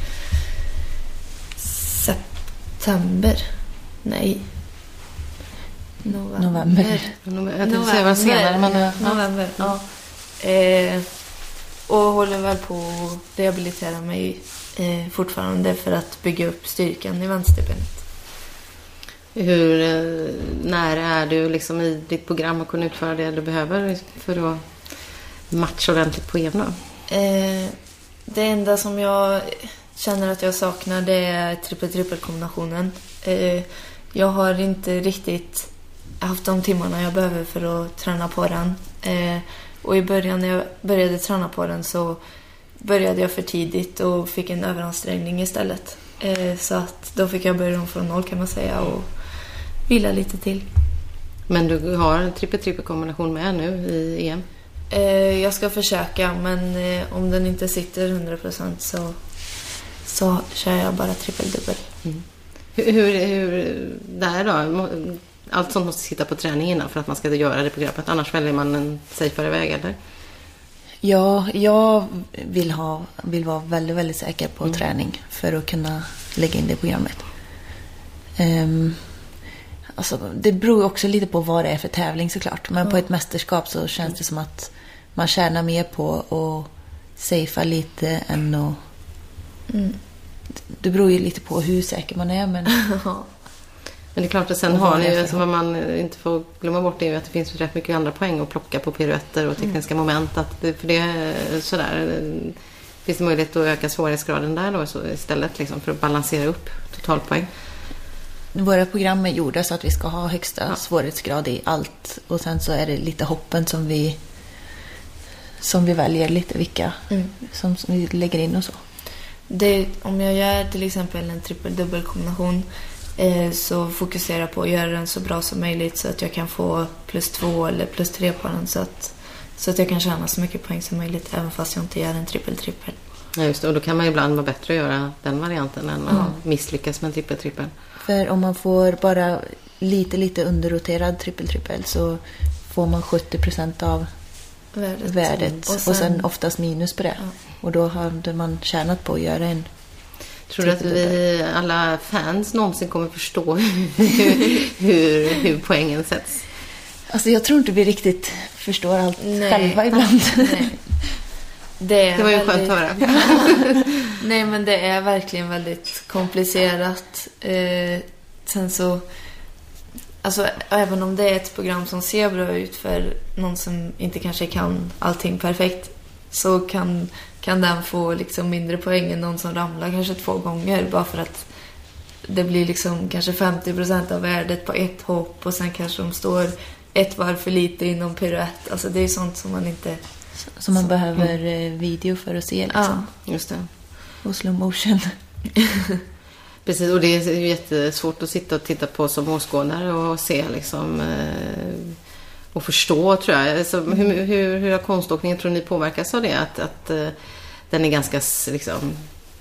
september. Nej. November. November. Jag tänkte säga vad senare. Men, ja. November, ja. Eh, och håller väl på att rehabilitera mig eh, fortfarande för att bygga upp styrkan i vänsterbenet. Hur eh, nära är du liksom i ditt program att kunna utföra det du behöver för att matcha ordentligt på E M då? Eh, det enda som jag känner att jag saknar, det är trippel-trippel-kombinationen. Eh, jag har inte riktigt haft de timmarna jag behöver för att träna på den. Eh, och i början när jag började träna på den så började jag för tidigt och fick en överansträngning istället. Eh, så att då fick jag börja om från noll, kan man säga, och vila lite till. Men du har en trippel-trippel-kombination med nu i E M? Eh, jag ska försöka, men eh, om den inte sitter hundra procent så, så kör jag bara trippel-dubbel. Mm. Hur, hur, hur där då? Allt sånt måste sitta på träningen för att man ska göra det programmet. Annars väljer man en safeare väg, eller? Ja, jag vill, ha, vill vara väldigt, väldigt säker på mm. träning för att kunna lägga in det i programmet. Um, alltså, det beror också lite på vad det är för tävling såklart. Men mm. på ett mästerskap så känns det som att man tjänar mer på att safea lite än att... Mm. Det beror ju lite på hur säker man är, men... Men det är klart att sen har ni ju, som man inte får glömma bort, det är ju att det finns rätt mycket andra poäng att plocka på piruetter och tekniska mm. moment. Att det, för det är sådär, finns det möjlighet att öka svårighetsgraden där då så istället liksom, för att balansera upp totalpoäng. Våra program är gjorda så att vi ska ha högsta ja. svårighetsgrad i allt. Och sen så är det lite hoppen som vi som vi väljer lite vilka mm. som, som vi lägger in och så. Det, om jag gör till exempel en trippel-dubbel-kombination eh, så fokuserar på att göra den så bra som möjligt så att jag kan få plus två eller plus tre på den så att, så att jag kan tjäna så mycket poäng som möjligt även fast jag inte gör en trippel-trippel. Ja, just det. Och då kan man ibland vara bättre att göra den varianten än att mm. misslyckas med en trippel-trippel. För om man får bara lite, lite underroterad trippel-trippel så får man sjuttio procent av värdet. värdet. Och, sen, och sen oftast minus på det. Ja. Och då hade man tjänat på att göra en. Tror du att vi alla fans någonsin kommer förstå hur, hur, hur poängen sätts? Alltså jag tror inte vi riktigt förstår allt Nej. själva ibland. Nej. Det, det var ju väldigt... skönt att höra. Nej, men det är verkligen väldigt komplicerat. Eh, sen så... Alltså, även om det är ett program som ser bra ut för någon som inte kanske kan allting perfekt så kan, kan den få liksom mindre poäng än någon som ramlar kanske två gånger bara för att det blir liksom kanske femtio procent av värdet på ett hopp och sen kanske de står ett varv för lite inom piruett. Alltså det är sånt som man inte... Som man så, behöver mm. video för att se liksom. Ja, just det. Och slow motion. Precis, och det är ju jättesvårt att sitta och titta på som åskådare och se liksom och förstå, tror jag. Så hur, hur, hur har konståkningen, tror ni, påverkas av det? Att, att den är ganska liksom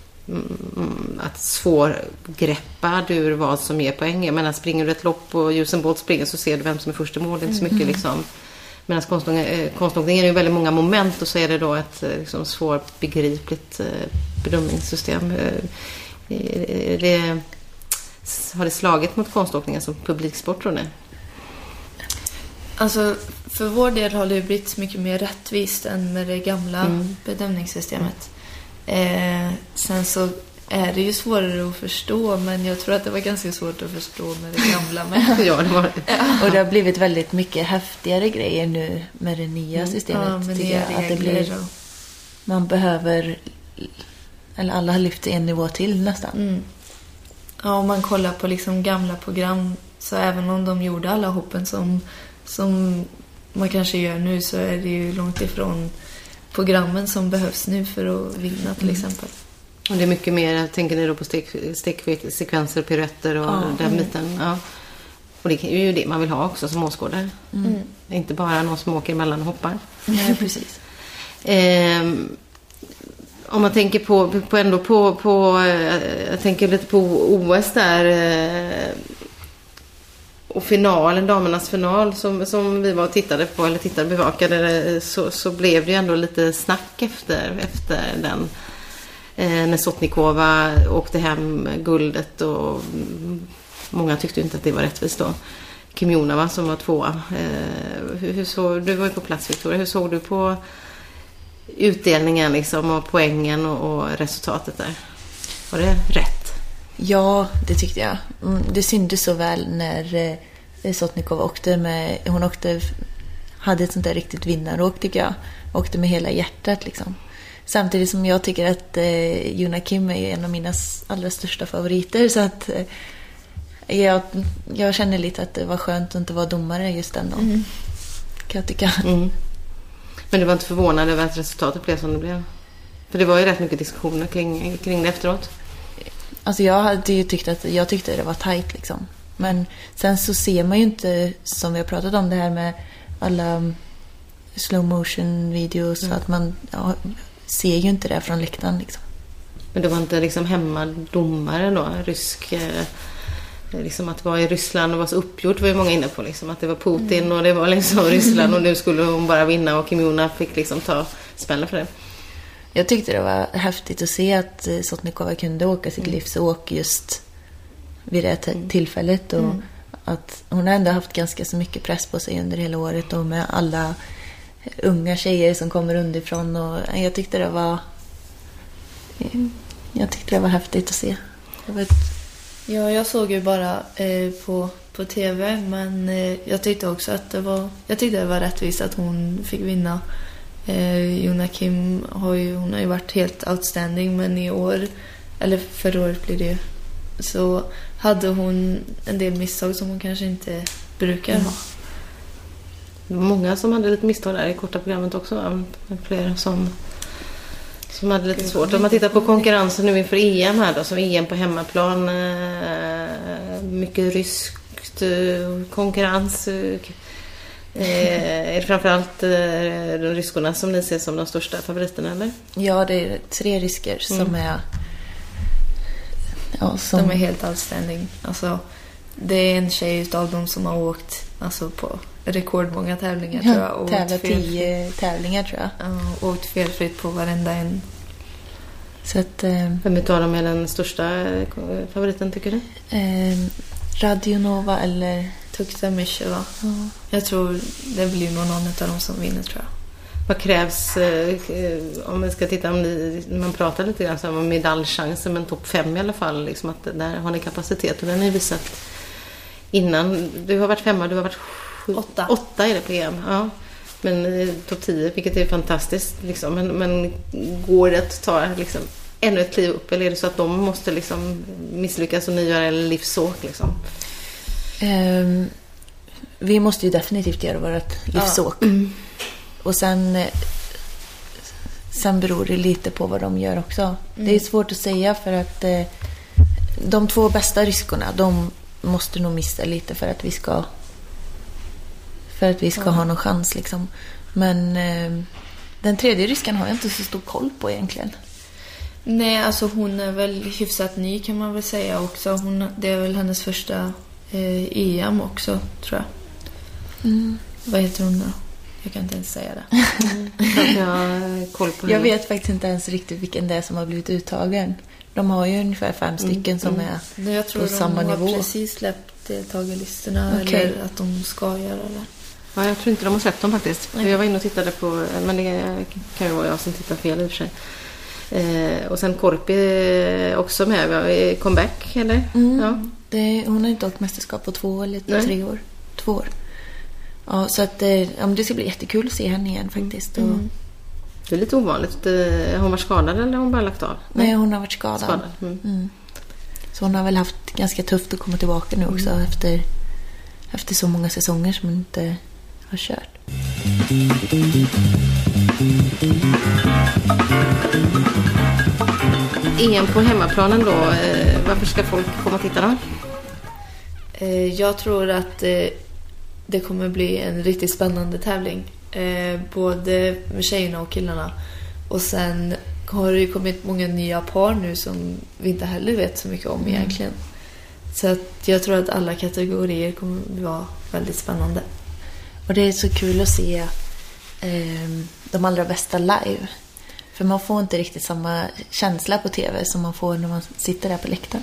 att svårgreppa ur vad som ger poäng. Men springer du ett lopp och Usain Bolt springer så ser du vem som är först i mål. Det är inte så mycket liksom. Medan konståkningen, konståkningen är ju väldigt många moment och så är det då ett liksom svårbegripligt bedömningssystem. Det, har det slagit mot konståkningen som publiksport, tror ni? Alltså, för vår del har det blivit mycket mer rättvist än med det gamla mm. bedömningssystemet. Eh, sen så är det ju svårare att förstå, men jag tror att det var ganska svårt att förstå med det gamla med. Ja, det var det. Ja. Och det har blivit väldigt mycket häftigare grejer nu med det nya systemet. Ja, med nya regler. Att det blir, man behöver... Eller alla har lyft en nivå till nästan. Mm. Ja, om man kollar på liksom gamla program så även om de gjorde alla hoppen som, som man kanske gör nu så är det ju långt ifrån programmen som behövs nu för att vinna till mm. exempel. Och det är mycket mer, tänker ni då på stek, steksekvenser, piruetter och Ja. den biten. Ja. Och det är ju det man vill ha också som åskådare. Mm. Inte bara någon som åker emellan och hoppar. Nej, precis. Eh, om man tänker på, på ändå på, på jag tänker lite på O S där eh, och finalen, damernas final som, som vi var och tittade på eller tittade bevakade, så, så blev det ju ändå lite snack efter, efter den eh, när Sotnikova åkte hem guldet och många tyckte inte att det var rättvist då. Kimjonova som var tvåa. Eh, hur, hur såg, du var ju på plats, Victoria. Hur såg du på utdelningen liksom, och poängen och, och resultatet där? Var det rätt? Ja, det tyckte jag. Mm, det syntes så väl när eh, Sotnikova åkte med... Hon åkte, hade ett sånt där riktigt vinnaråk, tycker jag. Åkte med hela hjärtat liksom. Samtidigt som jag tycker att eh, Juna Kim är en av mina allra största favoriter. Så att eh, jag, jag känner lite att det var skönt att inte vara domare just den dagen. Mm. Kan jag tycka. Mm. Men du var inte förvånad över att resultatet blev som det blev? För det var ju rätt mycket diskussioner kring, kring det efteråt. Alltså jag hade ju tyckt att jag tyckte det var tajt liksom. Men sen så ser man ju inte, som vi har pratat om, det här med alla slow motion videos, mm. så att man ja, ser ju inte det från läktaren liksom. Men det var inte liksom hemmadomare då, rysk, eh, liksom att vara i Ryssland och vara så uppgjort, var ju många inne på liksom, att det var Putin mm. och det var liksom Ryssland och nu skulle hon bara vinna och Kim Jona fick liksom ta spänna för det. Jag tyckte det var häftigt att se att Sotnikova kunde åka sitt mm. livsåk just vid det t- tillfället och mm. att hon har ändå haft ganska så mycket press på sig under hela året och med alla unga tjejer som kommer underifrån, och jag tyckte det var jag tyckte det var häftigt att se. Det var ett... Ja, jag såg ju bara eh, på, på tv, men eh, jag tyckte också att det var jag tyckte det var rättvist att hon fick vinna. Eh, Juna Kim har ju, hon har ju varit helt outstanding, men i år, eller förra året blir det, så hade hon en del misstag som hon kanske inte brukar mm. ha. Det var många som hade lite misstag där i korta programmet också. Flera som, som hade lite svårt. Om man tittar på konkurrensen nu inför E M här då, som E M på hemmaplan, mycket ryskt konkurrens. Är det framförallt de ryskorna som ni ser som de största favoriterna, eller? Ja, det är tre rysker som mm. är... Ja, som... De är helt outstanding. Alltså, det är en tjej utav dem som har åkt alltså, på rekordmånga tävlingar, ja, tror jag. Och tävlat tio tävlingar, tror jag. Ja, och åkt felfritt på varenda en. Så att... Eh... Vem utav dem är den största favoriten, tycker du? Eh, Radionova eller... Tuktamisheva. Ja. Jag tror det blir nog någon av dem som vinner, tror jag. Vad krävs, eh, om man ska titta, om ni, man pratar lite grann om medaljchanser, men topp fem i alla fall, liksom att där har ni kapacitet, och den har ni visat innan. Du har varit femma, du har varit sju, åtta. Åtta är det på E M, ja. Men eh, topp tio, vilket är fantastiskt, liksom. Men, men går det att ta liksom, ännu ett kliv upp, eller är det så att de måste liksom misslyckas och ni gör en livsåk, liksom? Um, vi måste ju definitivt göra vårt livsåk. Ja. Mm. Och sen sen beror det lite på vad de gör också. Mm. Det är svårt att säga, för att eh, de två bästa ryskorna, de måste nog missa lite för att vi ska för att vi ska ja. ha någon chans liksom. Men eh, den tredje ryskan har jag inte så stor koll på egentligen. Nej, alltså hon är väl hyfsat ny, kan man väl säga också. Hon, det är väl hennes första eh, E M också, tror jag. Mm. Vad heter hon då? Jag kan inte ens säga det. Mm. jag, koll på jag vet faktiskt inte ens riktigt vilken det är som har blivit uttagen. De har ju ungefär fem stycken mm. som är mm. jag tror på samma nivå. Jag tror de har precis släppt deltagarlistorna, okay. eller att de ska göra det. Ja, jag tror inte de har släppt dem faktiskt. Okay. Jag var inne och tittade på, men det kan ju vara jag som tittar fel i och för sig. Eh, och sen Korpi också med. Vi har comeback, eller? Mm. Ja. Det, hon har inte åkt mästerskap på två eller Nej. tre år. Två år. Ja, så att ja, det ska bli jättekul att se henne igen faktiskt. Mm. Och... Det är lite ovanligt. Har hon varit skadad eller har hon bara lagt av? Nej, Nej hon har varit skadad. skadad. Mm. Mm. Så hon har väl haft ganska tufft att komma tillbaka nu också mm. efter, efter så många säsonger som hon inte har kört. E M på hemmaplanen då, varför ska folk komma och titta då? Jag tror att det kommer bli en riktigt spännande tävling. Både med tjejerna och killarna. Och sen har det ju kommit många nya par nu som vi inte heller vet så mycket om mm. egentligen. Så att jag tror att alla kategorier kommer att vara väldigt spännande. Och det är så kul att se eh, de allra bästa live. För man får inte riktigt samma känsla på tv som man får när man sitter där på läktaren.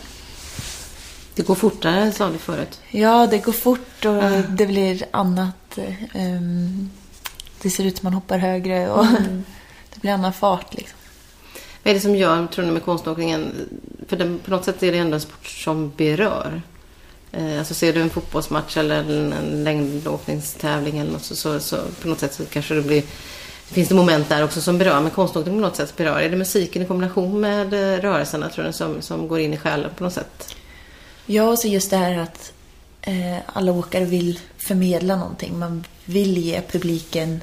Det går fortare, sa du förut. Ja, det går fort och uh. det blir annat. Um, det ser ut som man hoppar högre och mm. det blir annan fart liksom. Vad är det som gör, tror du, med konståkningen? För den, på något sätt är det ändå en sport som berör. Eh, alltså ser du en fotbollsmatch eller en, en längdåkningstävling eller något så, så, så på något sätt så kanske det blir... Finns det moment där också som berör, men konståkning på något sätt berör? Är det musiken i kombination med rörelserna, tror du, som, som går in i själen på något sätt? Ja, så just det här att eh, alla åkare vill förmedla någonting. Man vill ge publiken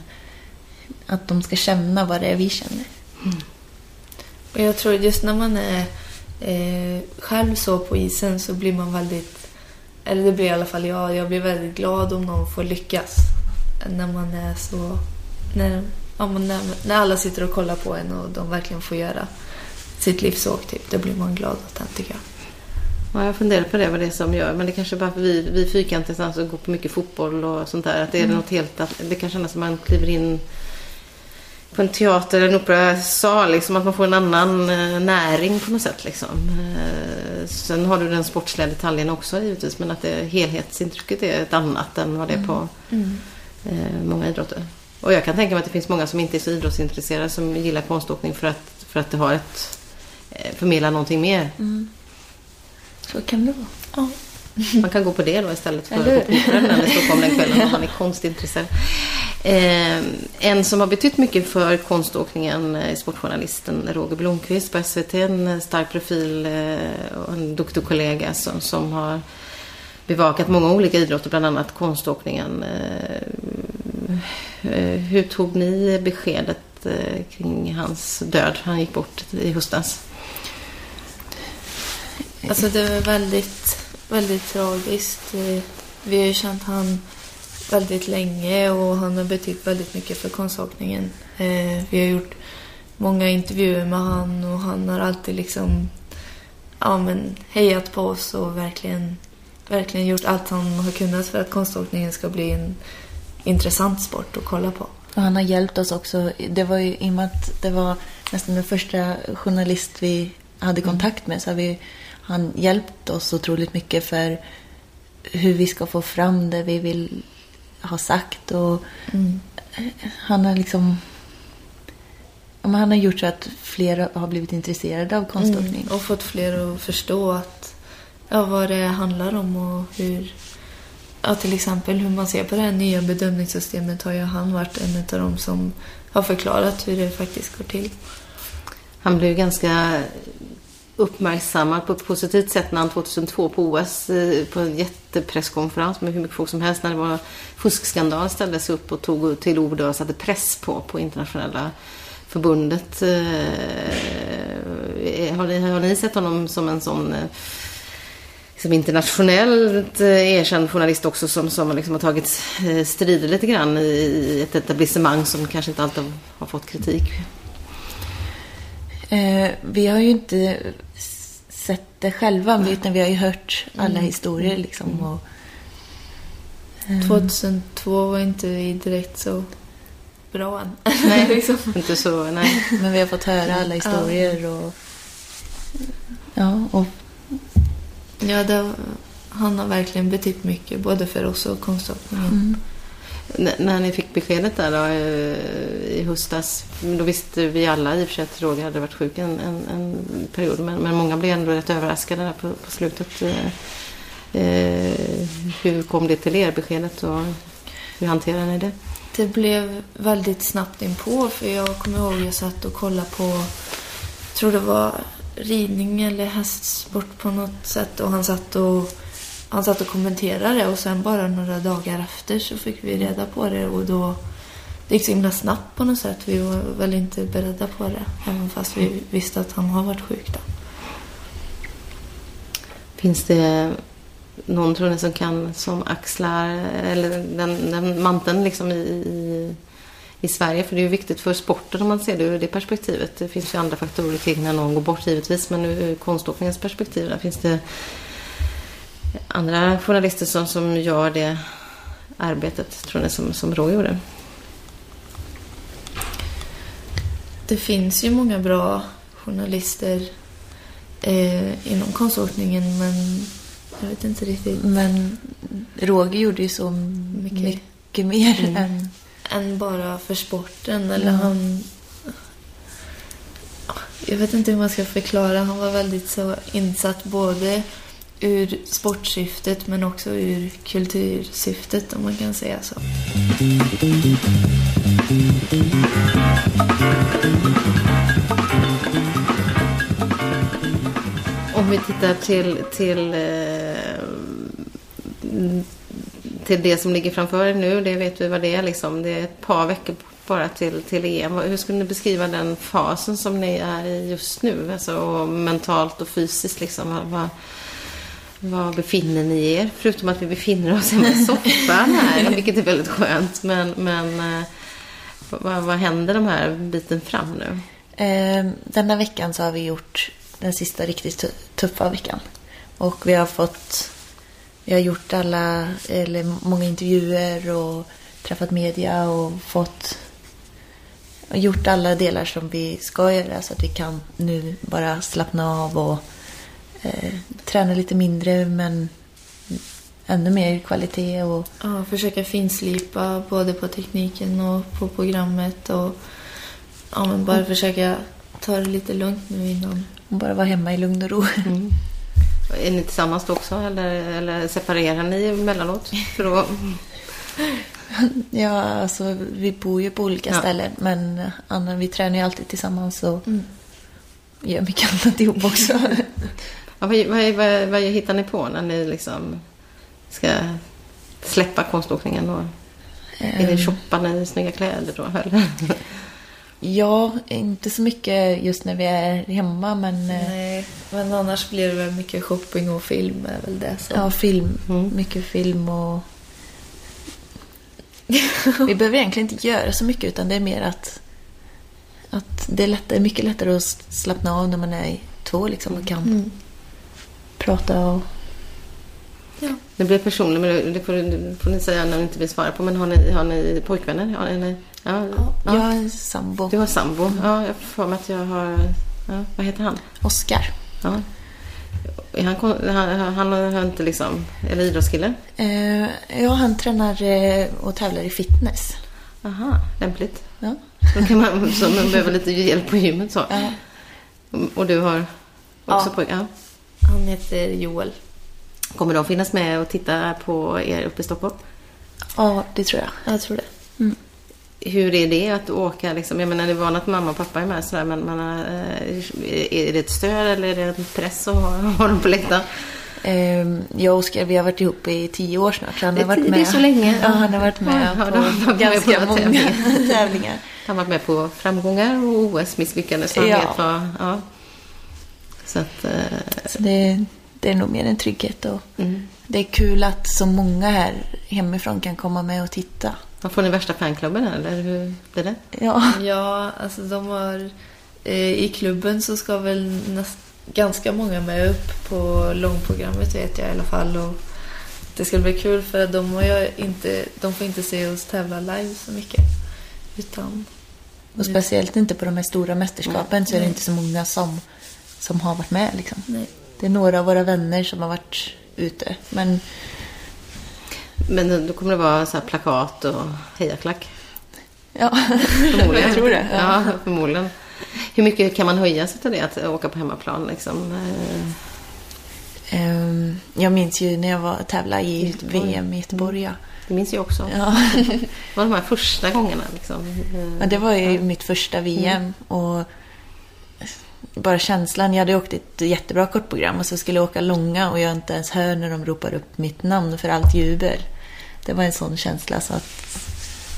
att de ska känna vad det är vi känner. Mm. Och jag tror just när man är eh, själv så på isen så blir man väldigt, eller det blir i alla fall jag, jag blir väldigt glad om någon får lyckas. När man är så, när, ja, när, när alla sitter och kollar på en och de verkligen får göra sitt livsåk typ, då blir man glad åt den, tycker jag. Ja, jag funderar på det, vad det är som gör. Men det kanske bara för vi, vi fyrkantiga som går på mycket fotboll och sånt där. Att det är mm. något helt, att det kan kännas som man kliver in på en teater eller en operasal. Liksom, att man får en annan eh, näring på något sätt. Liksom. Eh, sen har du den sportsliga detaljen också givetvis. Men att det, helhetsintrycket är ett annat än vad det är på mm. eh, många idrotter. Och jag kan tänka mig att det finns många som inte är så idrottsintresserade som gillar konståkning för att, för att det har ett eh, förmedlar någonting mer. Mm. Så kan det vara. Ja. Man kan gå på det då istället för att gå på operan eller Stockholm den kvällen om man är konstintresserad. Eh, en som har betytt mycket för konståkningen är sportjournalisten Roger Blomqvist på S V T. En stark profil eh, och en duktig kollega som, som har bevakat många olika idrotter, bland annat konståkningen. Eh, eh, hur tog ni beskedet eh, kring hans död? Han gick bort i höstas. Alltså det var väldigt, väldigt tragiskt. Vi har ju känt han väldigt länge och han har betytt väldigt mycket för konståkningen. Vi har gjort många intervjuer med han och han har alltid liksom ja, men hejat på oss och verkligen, verkligen gjort allt han har kunnat för att konståkningen ska bli en intressant sport att kolla på. Och han har hjälpt oss också. Det var ju i och med att det var nästan den första journalist vi hade kontakt med, så har vi han hjälpt oss otroligt mycket för hur vi ska få fram det vi vill ha sagt. Och mm. han har liksom han har gjort så att fler har blivit intresserade av konståkning. Mm. Och fått fler att förstå att, ja, vad det handlar om och hur, ja, till exempel hur man ser på det här nya bedömningssystemet har ju han varit en av dem som har förklarat hur det faktiskt går till. Han blev ganska uppmärksammad på ett positivt sätt när han tjugohundratvå på O S på en jättepresskonferens med hur mycket folk som helst, när det var fuskskandal, ställdes upp och tog till ord och satte press på på internationella förbundet. Har ni, har ni sett honom som en sån som internationellt erkänd journalist också, som, som liksom har tagit strider lite grann i ett etablissemang som kanske inte alltid har fått kritik? Eh, vi har ju inte sett det själva, utan vi har ju hört alla mm. historier liksom. Och, eh. tjugohundratvå var inte vi direkt så bra än. Nej, liksom. Inte så, nej. Men vi har fått höra alla historier och ja, och ja, det, han har verkligen betytt mycket både för oss och konståkningen. Mm. N- när ni fick beskedet där då, i höstas, då visste vi alla i och för sig att Roger hade varit sjuk en, en, en period, men, men många blev ändå rätt överraskade där på, på slutet. Eh, hur kom det till er, beskedet, och hur hanterade ni det? Det blev väldigt snabbt inpå, för jag kommer ihåg jag satt och kollade på, jag tror det var ridning eller hästsport på något sätt, och han satt och Han satt och kommenterade det, och sen bara några dagar efter så fick vi reda på det, och då det gick så himla snabbt på något sätt. Vi var väl inte beredda på det, även fast vi visste att han har varit sjuk då. Finns det någon, tror ni, som kan som axlar eller den, den manteln liksom i, i, i Sverige? För det är ju viktigt för sporten om man ser det ur det perspektivet. Det finns ju andra faktorer kring när någon går bort givetvis, men ur konståkningens perspektiv där finns det andra journalister som, som gör det arbetet, tror ni, som, som Rå gjorde? Det finns ju många bra journalister eh, inom konståkningen, men jag vet inte riktigt. Men Roger gjorde ju så mycket, mycket mer mm. än... än bara för sporten. Eller ja. han... Jag vet inte hur man ska förklara. Han var väldigt så insatt både ur sportsyftet men också ur kultursyftet, om man kan säga så. Om vi tittar till till eh, till det som ligger framför er nu, det vet vi vad det är liksom. Det är ett par veckor bara till till E M. Hur skulle ni beskriva den fasen som ni är i just nu, alltså mentalt och fysiskt liksom? Vad, vad befinner ni er? Förutom att vi befinner oss i soffan här, vilket är väldigt skönt, men men eh, vad, vad händer de här biten fram nu? Eh, denna veckan så har vi gjort den sista riktigt tuffa veckan. Och vi har fått vi har gjort alla eller många intervjuer och träffat media och fått och gjort alla delar som vi ska göra, så att vi kan nu bara slappna av och eh, träna lite mindre men ännu mer kvalitet och ja, försöka finslipa både på tekniken och på programmet och ja, men bara mm. försöka ta det lite lugnt nu innan. Och bara vara hemma i lugn och ro. Mm. Är ni tillsammans också eller, eller separerar ni emellanåt? För att... Ja, alltså vi bor ju på olika ja. ställen, men Anna, vi tränar ju alltid tillsammans och mm. gör mycket annat ihop också. Ja, vad, vad, vad, vad hittar ni på när ni liksom ska släppa konståkningen? Och... Um, är det shoppa när snygga kläder då? Eller? Ja, inte så mycket just när vi är hemma, men... Nej, men annars blir det väl mycket shopping och film är väl det som... Ja, film. Mm. Mycket film och... Vi behöver egentligen inte göra så mycket, utan det är mer att... Att det är lättare, mycket lättare att slappna av när man är två liksom och kan mm. prata och... Ja. Det blir personligt, men det får, det får ni säga när ni inte vill svara på. Men har ni, har ni pojkvänner? Har ni, ja, ja. Jag har sambo. Du har sambo? Mm. Ja, jag får med att jag har... Ja, vad heter han? Oskar. Ja. Han, han, han har inte liksom... Eller idrottskille? Uh, ja, han tränar och tävlar i fitness. Aha, lämpligt. Ja. Då kan man, så man behöver lite hjälp på gymmet så. Ja. Och du har också ja. pojk? Ja. Han heter Joel. Kommer de finnas med och titta på er uppe i Stockholm? Ja, det tror jag. Jag tror det. Mm. Hur är det att åka? Liksom? Jag menar, det var att mamma och pappa är med. Sådär, men man, är det ett stöd eller är det en press att ha, ha dem på läktaren? Um, jag och Oskar, vi har varit ihop i tio år snart. Han har varit med. Det är så länge. Ja, han har varit med ja, på varit ganska med på många tävlingar. tävlingar. Han har varit med på framgångar och O S-misslyckanden. Så, ja. vet vad, ja. så, att, uh... så det, det är nog mer en trygghet. Och mm. det är kul att så många här hemifrån kan komma med och titta. Får ni värsta fanklubben eller hur blir det? Ja, ja alltså de har... Eh, I klubben så ska väl näst, ganska många med upp på långprogrammet, vet jag i alla fall. Och det ska bli kul för att de, har ju inte, de får inte se oss tävla live så mycket. Utan... Och speciellt inte på de här stora mästerskapen. Nej. Så är det inte så många som, som har varit med. Liksom. Nej. Det är några av våra vänner som har varit ute. Men... Men då kommer det vara så här plakat och hejaklack. Ja, förmodligen. Jag tror det. Ja, ja förmodligen. Hur mycket kan man höja sig till det att åka på hemmaplan? Liksom? Um, jag minns ju när jag var tävlade i Göteborg. V M i Göteborg. Mm. Det minns jag också. Ja. Det var de här första gångerna. Liksom. Ja, det var ju ja. mitt första V M. Mm. Och bara känslan, jag hade åkt ett jättebra kortprogram och så skulle jag åka långa och jag inte ens hör när de ropar upp mitt namn för allt jubel. Det var en sån känsla så att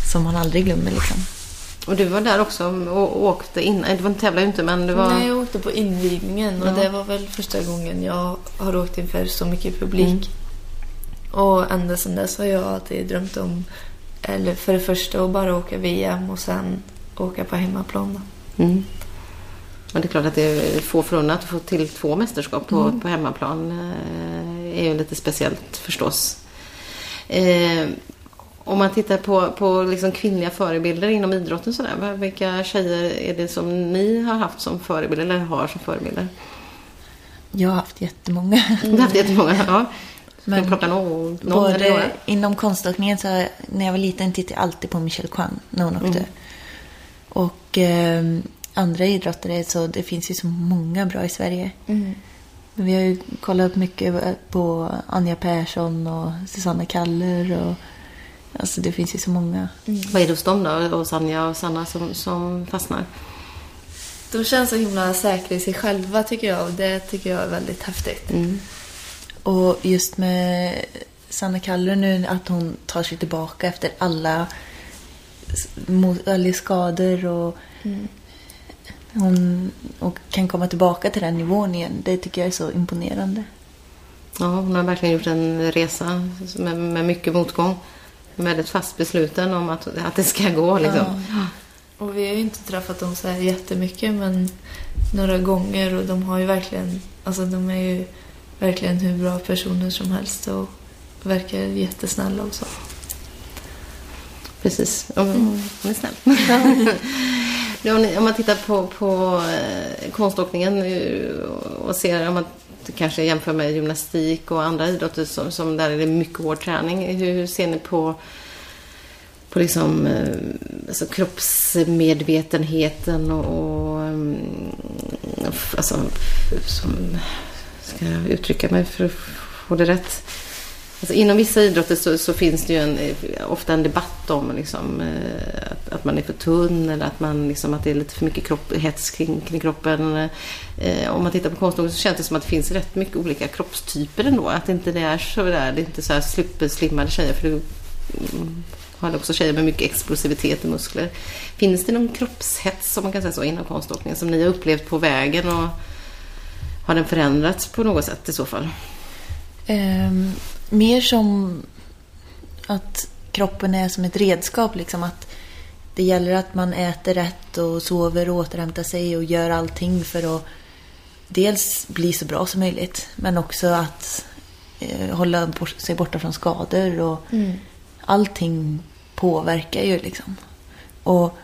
som man aldrig glömmer liksom. Och du var där också och åkte in. Det var inte tävla inte men det var... Nej, jag åkte på invigningen och ja. Det var väl första gången jag har åkt inför så mycket publik. Mm. Och ända sedan dess har jag alltid drömt om, eller för det första att bara åka V M och sen åka på hemmaplan. Mm. Och det är klart att det är få förunnat att få till två mästerskap på, mm. på hemmaplan eh, är ju lite speciellt förstås. Eh, om man tittar på, på liksom kvinnliga förebilder inom idrotten sådär, vilka tjejer är det som ni har haft som förebilder eller har som förebilder? Jag har haft jättemånga. Mm. Du har haft jättemånga, ja. Men plocka någon, någon både eller inom konståkningen så när jag var liten tittade jag alltid på Michelle Kwan när hon åkte. Mm. Och eh, andra idrottare, så det finns ju så många bra i Sverige. Mm. Men vi har ju kollat mycket på Anja Persson och Susanna Kaller och alltså det finns ju så många. Mm. Vad är det hos dem då? Och Anja och Sanna som, som fastnar? De känns så himla säkra i sig själva tycker jag och det tycker jag är väldigt häftigt. Mm. Och just med Sanna Kaller nu att hon tar sig tillbaka efter alla, alla skador och mm. hon och kan komma tillbaka till den nivån igen. Det tycker jag är så imponerande. Ja, hon har verkligen gjort en resa med, med mycket motgång. Väldigt fast besluten om att, att det ska gå liksom. Ja. Och vi har ju inte träffat dem så här jättemycket men några gånger och de har ju verkligen, alltså de är ju verkligen hur bra personer som helst och verkar jättesnälla och så. Precis, om mm. hon är snäll. Om man tittar på, på konståkningen och ser, om man kanske jämför med gymnastik och andra idrotter som, som där är det mycket hård träning. Hur ser ni på, på liksom, alltså kroppsmedvetenheten och, och alltså, som, ska jag uttrycka mig för att få det rätt? Alltså, inom vissa idrotter så, så finns det ju en, ofta en debatt om liksom, att, att man är för tunn eller att, man, liksom, att det är lite för mycket kropp, hets kring, kring kroppen. Eh, om man tittar på konståkning så känns det som att det finns rätt mycket olika kroppstyper ändå. Att det inte det är så där, det är inte så här sluppeslimmade tjejer för du mm, har också tjejer med mycket explosivitet och muskler. Finns det någon kroppshets som man kan säga så inom konståkningen som ni har upplevt på vägen och har den förändrats på något sätt i så fall? Um, mer som att kroppen är som ett redskap liksom, att det gäller att man äter rätt och sover och återhämtar sig och gör allting för att dels bli så bra som möjligt men också att eh, hålla sig borta från skador och mm. allting påverkar ju liksom. Och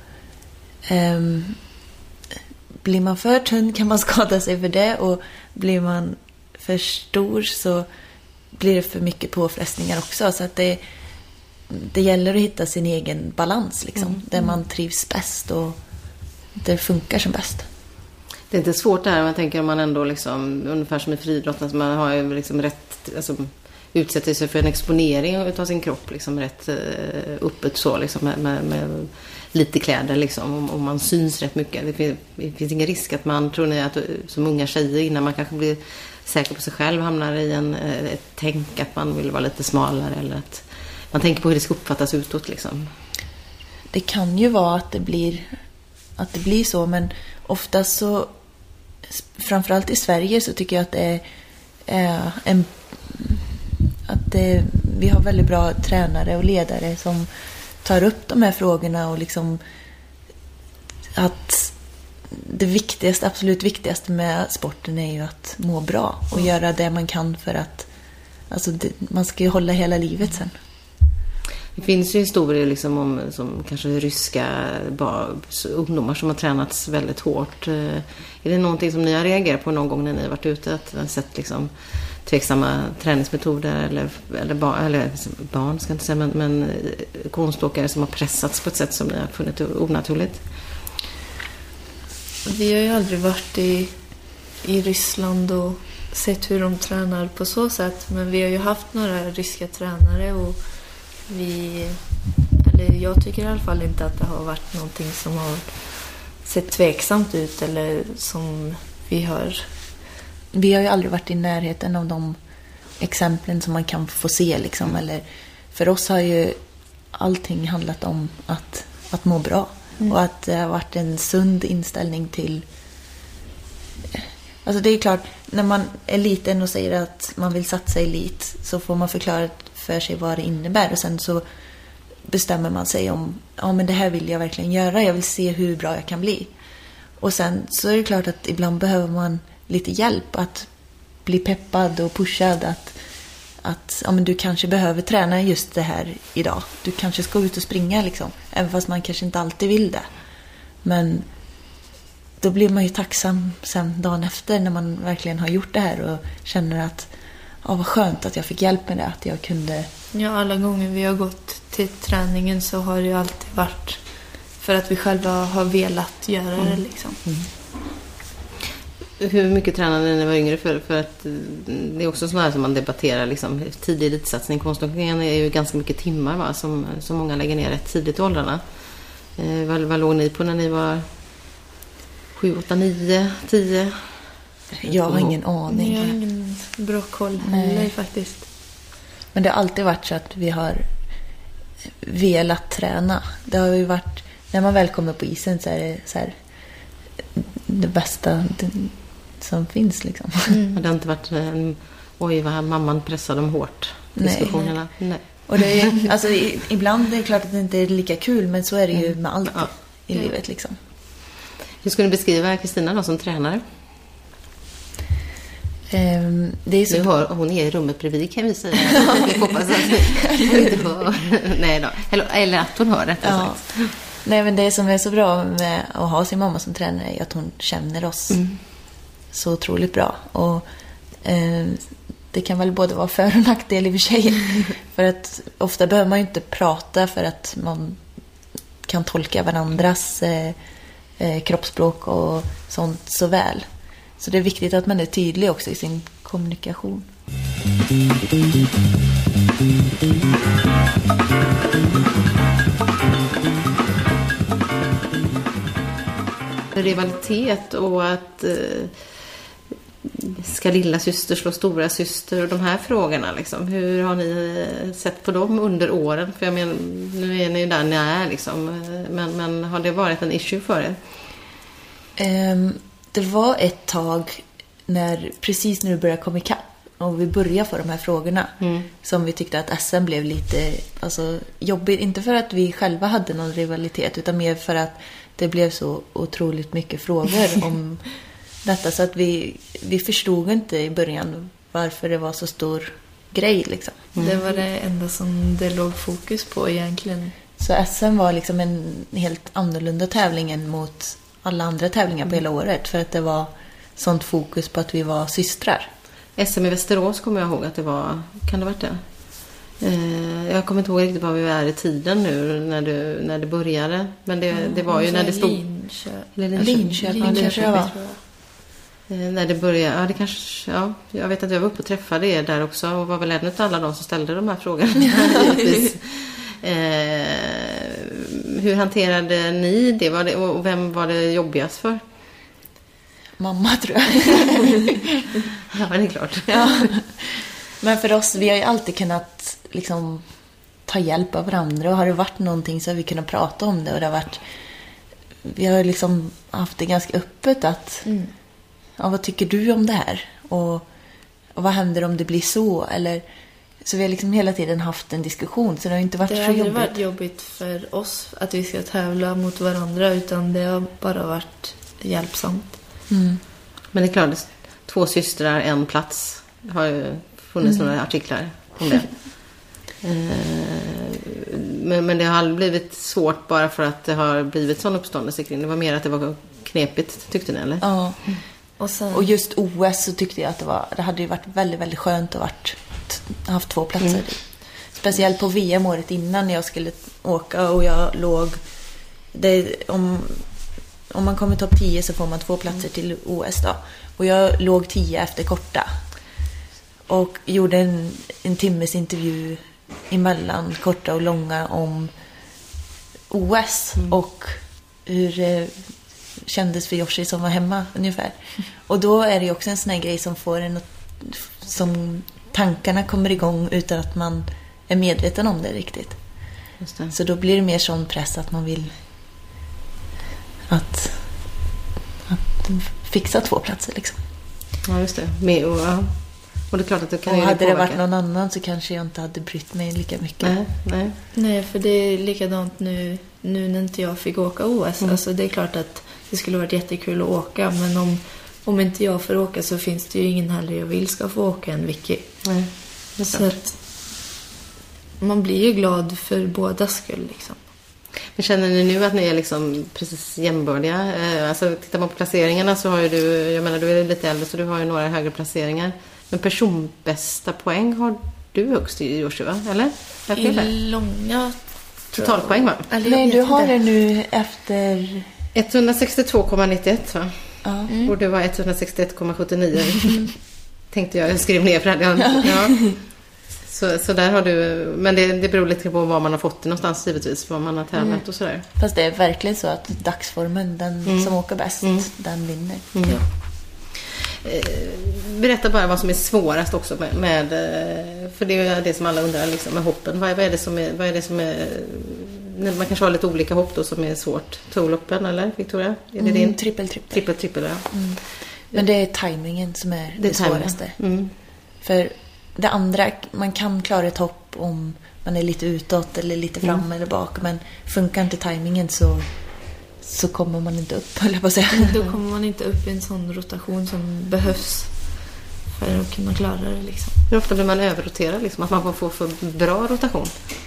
um, blir man för tunn kan man skada sig för det och blir man för stor så blir det för mycket påfrestningar också. Så att det, det gäller att hitta sin egen balans liksom, mm. där man trivs bäst och det funkar som bäst. Det är inte svårt där, man tänker om man ändå liksom, ungefär som i friidrotten, alltså man har ju liksom rätt, alltså, utsätter sig för en exponering av sin kropp liksom rätt uh, öppet så liksom med, med, med lite kläder liksom, och man syns rätt mycket. Det finns, det finns ingen risk att man, tror ni att som unga tjejer innan man kanske blir säker på sig själv hamnar i en, ett tänk att man vill vara lite smalare eller att man tänker på hur det ska uppfattas utåt liksom. Det kan ju vara att det blir att det blir så, men oftast så framförallt i Sverige så tycker jag att det är eh, en att det, vi har väldigt bra tränare och ledare som tar upp de här frågorna och liksom att det viktigaste, absolut viktigaste med sporten är ju att må bra och mm. göra det man kan för att alltså det, man ska ju hålla hela livet sen. Det finns ju historier liksom om som kanske ryska ungdomar som har tränats väldigt hårt. Är det någonting som ni har reagerat på någon gång när ni har varit ute att ni har sett liksom tveksamma träningsmetoder eller, eller, bar, eller barn ska jag inte säga men, men konståkare som har pressats på ett sätt som ni har funnit onaturligt? Vi har ju aldrig varit i, i Ryssland och sett hur de tränar på så sätt. Men vi har ju haft några ryska tränare och vi, eller jag tycker i alla fall inte att det har varit någonting som har sett tveksamt ut eller som vi har. Vi har ju aldrig varit i närheten av de exemplen som man kan få se liksom. Eller för oss har ju allting handlat om att, att må bra. Mm. Och att det har varit en sund inställning till... Alltså det är klart, när man är liten och säger att man vill satsa elit så får man förklara för sig vad det innebär. Och sen så bestämmer man sig om, ja men det här vill jag verkligen göra. Jag vill se hur bra jag kan bli. Och sen så är det klart att ibland behöver man lite hjälp att bli peppad och pushad. Att, att ja, men du kanske behöver träna just det här idag. Du kanske ska ut och springa liksom. Även fast man kanske inte alltid vill det. Men då blir man ju tacksam sen dagen efter när man verkligen har gjort det här. Och känner att, ja vad skönt att jag fick hjälp med det. Att jag kunde... Ja, alla gånger vi har gått till träningen så har det ju alltid varit för att vi själva har velat göra mm. det liksom. Mm. Hur mycket tränade ni när ni var yngre? För, för att det är också sådana här som man debatterar liksom. Tidig elitsatsning, konståkningen är ju ganska mycket timmar va, som, som många lägger ner rätt tidigt i åldrarna. Eh, vad, vad låg ni på när ni var sju, åtta, nio, tio? Jag har ingen aning. Jag har ingen bra koll heller faktiskt. Men det har alltid varit så att vi har velat träna. Det har ju varit, när man väl kommer på isen så är det så här, det bästa som finns liksom. Mm. Det har inte varit en, oj vad mamman pressade dem hårt. Diskussionerna. Nej. Nej. Och det är, alltså, ibland är det klart att det inte är lika kul, men så är det ju med allt ja. i ja. livet liksom. Hur skulle du beskriva Kristina då som tränare? Um, det är så... Nu hör, hon är i rummet bredvid kan vi säga. Vi hoppas att hon hör. Nej då. Eller, eller att hon hör rätt ja. sagt. Nej, men det som är så bra med att ha sin mamma som tränare är att hon känner oss mm. så otroligt bra. Och eh, det kan väl både vara för- och nackdel i och för sig. För att ofta behöver man ju inte prata för att man kan tolka varandras eh, eh, kroppsspråk och sånt så väl. Så det är viktigt att man är tydlig också i sin kommunikation. Rivalitet och att eh, ska lilla syster slå stora syster och de här frågorna liksom. Hur har ni sett på dem under åren? För jag menar, nu är ni ju där ni är liksom. Men, men har det varit en issue för er? Um, det var ett tag när, precis när du började komma ikapp och vi började få de här frågorna mm. som vi tyckte att S M blev lite alltså, jobbigt. Inte för att vi själva hade någon rivalitet utan mer för att det blev så otroligt mycket frågor om detta. Så att vi, vi förstod inte i början varför det var så stor grej. Liksom. Mm. Det var det enda som det låg fokus på egentligen. Så S M var liksom en helt annorlunda tävling än mot alla andra tävlingar på hela året. För att det var sånt fokus på att vi var systrar. S M i Västerås kommer jag ihåg att det var, kan det ha varit det? Jag kommer inte ihåg riktigt vad vi är i tiden nu när, du, när det började. Men det, det var ju när det stod... Linköping. Linköping, Linköping tror jag. När det började, ja det kanske, ja, jag vet att jag var uppe och träffade er där också. Och var väl en av alla de som ställde de här frågorna. eh, hur hanterade ni det? Var det? Och vem var det jobbigast för? Mamma tror jag. Ja, det är klart. Ja. Men för oss, vi har ju alltid kunnat liksom ta hjälp av varandra. Och har det varit någonting så har vi kunnat prata om det. Och det har varit, vi har liksom haft det ganska öppet att mm. ja, vad tycker du om det här? Och, och vad händer om det blir så? Eller, så vi har liksom hela tiden haft en diskussion. Så det har inte varit så jobbigt. Det har aldrig varit jobbigt för oss att vi ska tävla mot varandra. Utan det har bara varit hjälpsamt. Mm. Men det är klart, två systrar, en plats. Har ju funnits mm. några artiklar om det. men, men det har aldrig blivit svårt bara för att det har blivit sån uppståndelse kring. Det var mer att det var knepigt, tyckte ni, eller? Ja. Och, sen... och just O S så tyckte jag att det var, det hade ju varit väldigt, väldigt skönt att varit, haft två platser. Mm. Speciellt på V M året innan när jag skulle åka och jag låg det, om, om man kommer topp tio så får man två platser till O S då. Och jag låg tio efter korta. Och gjorde en, en timmes intervju emellan korta och långa om O S mm. och hur det kändes för Yoshi som var hemma ungefär. Mm. Och då är det ju också en sån här grej som får en som tankarna kommer igång utan att man är medveten om det riktigt. just det. Så då blir det mer sån press att man vill att, att fixa två platser liksom. Ja, just det. Med, och, ja. och det är klart att det kan och ju hade påverka. det varit någon annan så kanske jag inte hade brytt mig lika mycket. Nej, nej. Nej, för det är likadant nu, nu när inte jag fick åka O S. Mm. Alltså det är klart att det skulle varit jättekul att åka, men om, om inte jag får åka så finns det ju ingen heller jag vill ska få åka än Vicky. nej. Det är Så klart. att man blir ju glad för båda skull liksom. Men känner ni nu att ni är liksom precis jämbördiga? Eh, alltså tittar man på placeringarna så har ju du, jag menar du är lite äldre så du har ju några högre placeringar. Men personbästa poäng har du högst i Joshua, va? Eller? Jag I fel där. långa... Totalpoäng, va? Eller jag Nej, vet du har inte. det nu efter... etthundrasextiotvå komma nittioett, va? Ja. Och det var etthundrasextioett komma sjuttionio. Tänkte jag, jag skrev ner för det. Ja. Ja. Så, så där har du... Men det, det beror lite på var man har fått det någonstans, givetvis. Var man har tävlat Mm. och sådär. Fast det är verkligen så att dagsformen, den Mm. som åker bäst, Mm. den vinner. Mm. Ja. Eh, Berätta bara vad som är svårast också med, med eh, för det är det som alla undrar liksom, med hoppen. Vad är, vad är det som är, vad är det som är man kanske har lite olika hopp då som är svårt. Toloppen, eller Victoria? Är det Mm, din? trippel, trippel. Trippel, trippel, ja. Mm. Men det är tajmingen som är det, Det är tajmingen. svåraste. Mm. För det andra, man kan klara ett hopp om man är lite utåt eller lite fram Mm. eller bak. Men funkar inte tajmingen så, så kommer man inte upp, höll jag på att säga. Då kommer man inte upp i en sån rotation som behövs för att kunna klara det liksom. Hur ofta blir man överroterad? Liksom, att man får få för bra rotation?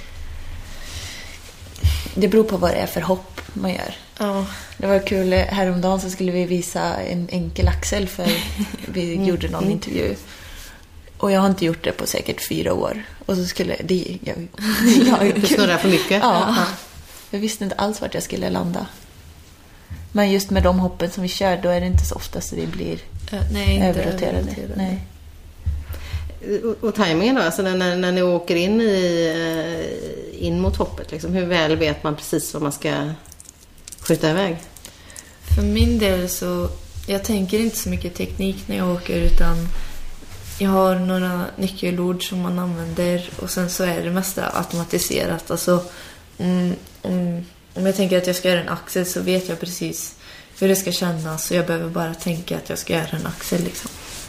Det beror på vad det är för hopp man gör. Ja, Det var kul, häromdagen så skulle vi visa en enkel axel för vi gjorde någon intervju. Och jag har inte gjort det på säkert fyra år. Och så skulle det... Jag, jag, Du snurrar för mycket? Ja. Jag visste inte alls vart jag skulle landa. Men just med de hoppen som vi kör, då är det inte så ofta så det blir eh, nej, inte överroterade. överroterade. Nej. Och, och tajmingen då? Alltså när, när ni åker in, i, eh, in mot hoppet, liksom, hur väl vet man precis vad man ska skjuta iväg? För min del så, jag tänker inte så mycket teknik när jag åker, utan jag har några nyckelord som man använder och sen så är det mesta automatiserat. Alltså om, om, om jag tänker att jag ska göra en axel så vet jag precis hur det ska kännas, så jag behöver bara tänka att jag ska göra en axel liksom.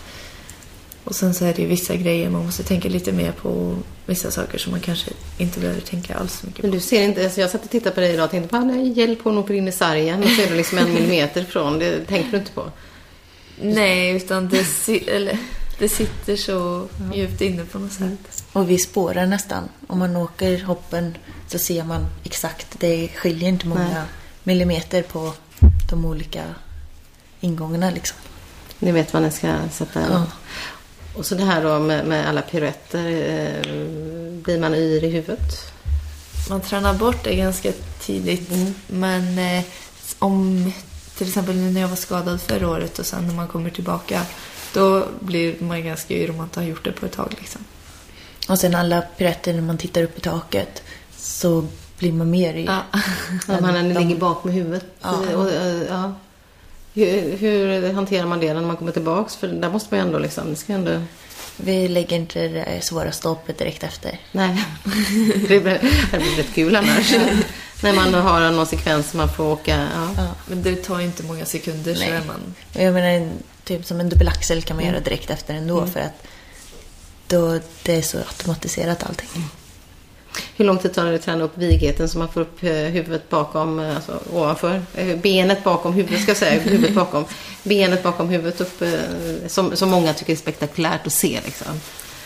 Och sen så är det ju vissa grejer man måste tänka lite mer på, vissa saker som man kanske inte behöver tänka alls så mycket på. Men du ser inte, alltså jag satt och tittade på dig idag och tänkte, fan, nej, hjälp, hon åker in i sargen och så är det liksom en millimeter från, det tänker du inte på? Nej, utan det, si- eller, det sitter så djupt inne på något sätt. Och vi spårar nästan. Om man åker hoppen så ser man exakt. Det skiljer inte många Nej. millimeter på de olika ingångarna liksom. Ni vet vad ni ska sätta. Ja. Och så det här då med, med alla piruetter, eh, blir man yr i huvudet? Man tränar bort det ganska tidigt. Mm. Men eh, om till exempel när jag var skadad förra året och sen när man kommer tillbaka, då blir man ganska yr om man inte har gjort det på ett tag liksom. Och sen alla piruetter när man tittar upp i taket så blir man mer i. Ja. Om man de- ligger bak med huvudet. Ja. Och, eh, ja. Hur, hur hanterar man det när man kommer tillbaks? För där måste man ju ändå liksom, det ska ju ändå... Vi lägger inte det svåra stoppet direkt efter. Nej, det blir, det blir rätt kul annars. När man har någon sekvens som man får åka. Ja. Ja. Men det tar ju inte många sekunder så Nej. är man... Och jag menar, typ som en dubbelaxel kan man Mm. göra direkt efter ändå Mm. för att då det är så automatiserat allting. Hur lång tid tar det att träna upp vigheten så man får upp eh, huvudet bakom, eh, alltså ovanför, eh, benet bakom huvudet ska jag säga, huvudet bakom, benet bakom huvudet upp, eh, som, som många tycker är spektakulärt att se liksom.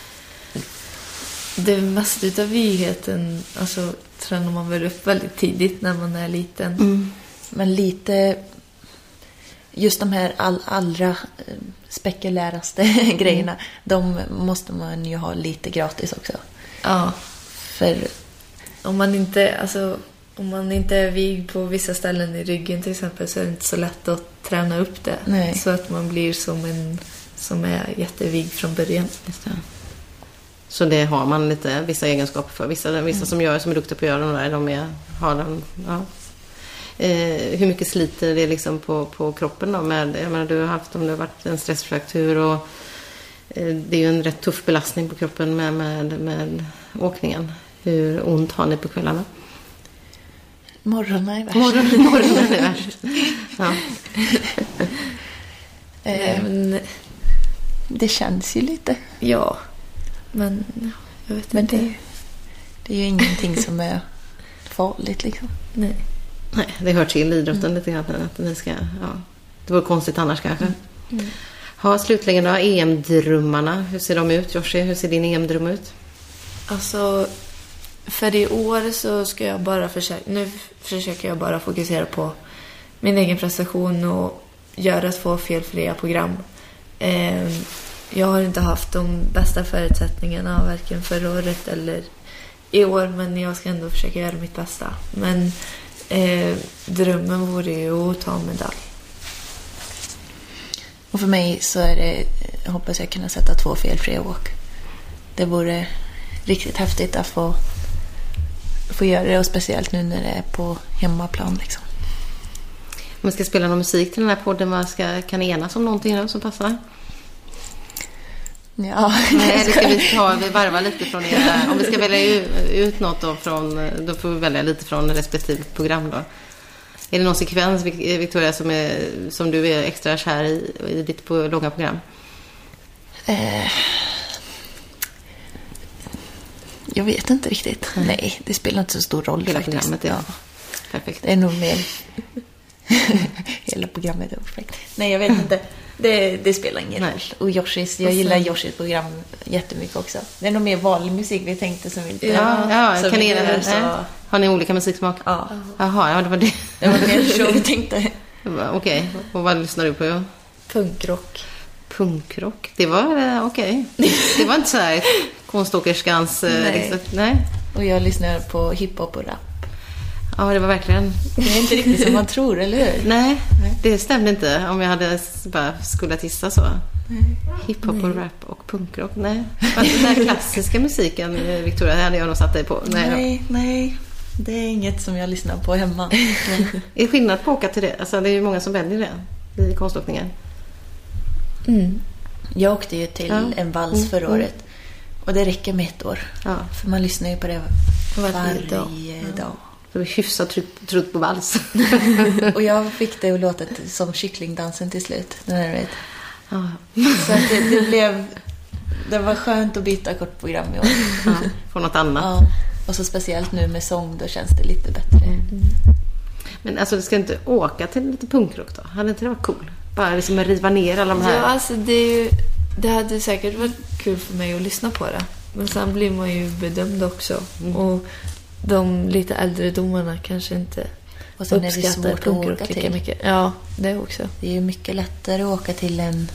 Det mesta utav vigheten, alltså, tränar man väl upp väldigt tidigt när man är liten. Mm. Men lite just de här all, allra eh, spekuläraste grejerna, de måste man ju ha lite gratis också. Ja. För Om man inte, alltså, om man inte är vig på vissa ställen i ryggen till exempel, så är det inte så lätt att träna upp det. Nej. Så att man blir som en som är jättevig från början. Just det. Så det har man lite vissa egenskaper för. Vissa, vissa som gör som är duktiga på att göra de där, de är, har den, ja. Eh, hur mycket sliter det liksom på, på kroppen då? Med, jag menar, du har haft, om det har varit en stressfraktur och eh, det är ju en rätt tuff belastning på kroppen med, med, med åkningen. Hur ont har ni på kvällarna? Morgonen är värst. Morgon, morgonen är värst. Ja. eh, Men, det känns ju lite. ja, men jag vet Men inte. det är, ju, det är ju ingenting som är farligt liksom. Nej. Nej, det hör till idrotten mm. lite grann. Att ni ska, ja. Det vore konstigt annars kanske. Mm. Ha, slutligen då, E M-drömmarna. Hur ser de ut, Joshi? Hur ser din E M-dröm ut? Alltså, för i år så ska jag bara försöka... Nu försöker jag bara fokusera på min egen prestation och göra två felfria program. Eh, jag har inte haft de bästa förutsättningarna varken förra året eller i år, men jag ska ändå försöka göra mitt bästa. Men eh, drömmen vore ju att ta en medalj. Och för mig så är det, jag hoppas jag kunna sätta två felfria åk. Det vore riktigt häftigt att få, få göra det, och speciellt nu när det är på hemmaplan liksom. Om vi ska spela någon musik till den här podden, vad ska, kan ni enas om någonting då som passar? Ja, Nej, det ska vi ta, vi varvar lite från er. Om vi ska välja ut något då, från, då får vi välja lite från respektive program då. Är det någon sekvens, Victoria, som, är, som du är extra kär i, i ditt på långa program? Eh, jag vet inte riktigt. Mm. Nej, det spelar inte så stor roll. Hela faktiskt. programmet, ja. Ja. Perfekt. Det är nog mer... Hela programmet är perfekt. Nej, jag vet inte. Det, det spelar ingen roll. Och Yoshis, jag gillar Yoshis program jättemycket också. Det är nog mer vanlig musik vi tänkte som vi inte... Ja, ja som kan ni gör, så... Har ni olika musiksmak? Ja. Jaha, ja, det var det. Det var mer så vi tänkte. Okej, okay. Och vad lyssnar du på? Punkrock. Punkrock? Det var okej. Okay. Det var inte så här konståkerskans... Nej. Liksom. Nej. Och jag lyssnar på hiphop och rap. Ja, det var verkligen... Det är inte riktigt som man tror, eller hur? Nej, det stämde inte om jag hade bara skulle gissa så. Nej. Hiphop och rap och punkrock. Nej. Fast den där klassiska musiken, Victoria, det hade jag nog satt dig på. Nej, nej, nej. Det är inget som jag lyssnar på hemma. Är det skillnad på att åka till det? Alltså, det är ju många som väljer det i konståkningen. Mm. Jag åkte ju till ja. en vals mm. förra året. Och det räcker med ett år. Ja. För man lyssnar ju på det varje, varje dag. dag. Det var hyfsat trött på vals. Och jag fick det att låta som kycklingdansen till slut. När vet. Ja. Så att det, det blev... Det var skönt att byta kortprogram i år. Ja, från något annat. Ja. Och så speciellt nu med sång, då känns det lite bättre. Mm. Men alltså, du ska inte åka till lite punkrock då? Hade inte det varit cool? Bara liksom riva ner alla de här... Ja, alltså det, är ju, det hade säkert varit kul för mig att lyssna på det. Men sen blir man ju bedömd också. Mm. Och de lite äldre domarna kanske inte och sen uppskattar är det svårt att åka till. Mycket. Ja, det också. Det är ju mycket lättare att åka till en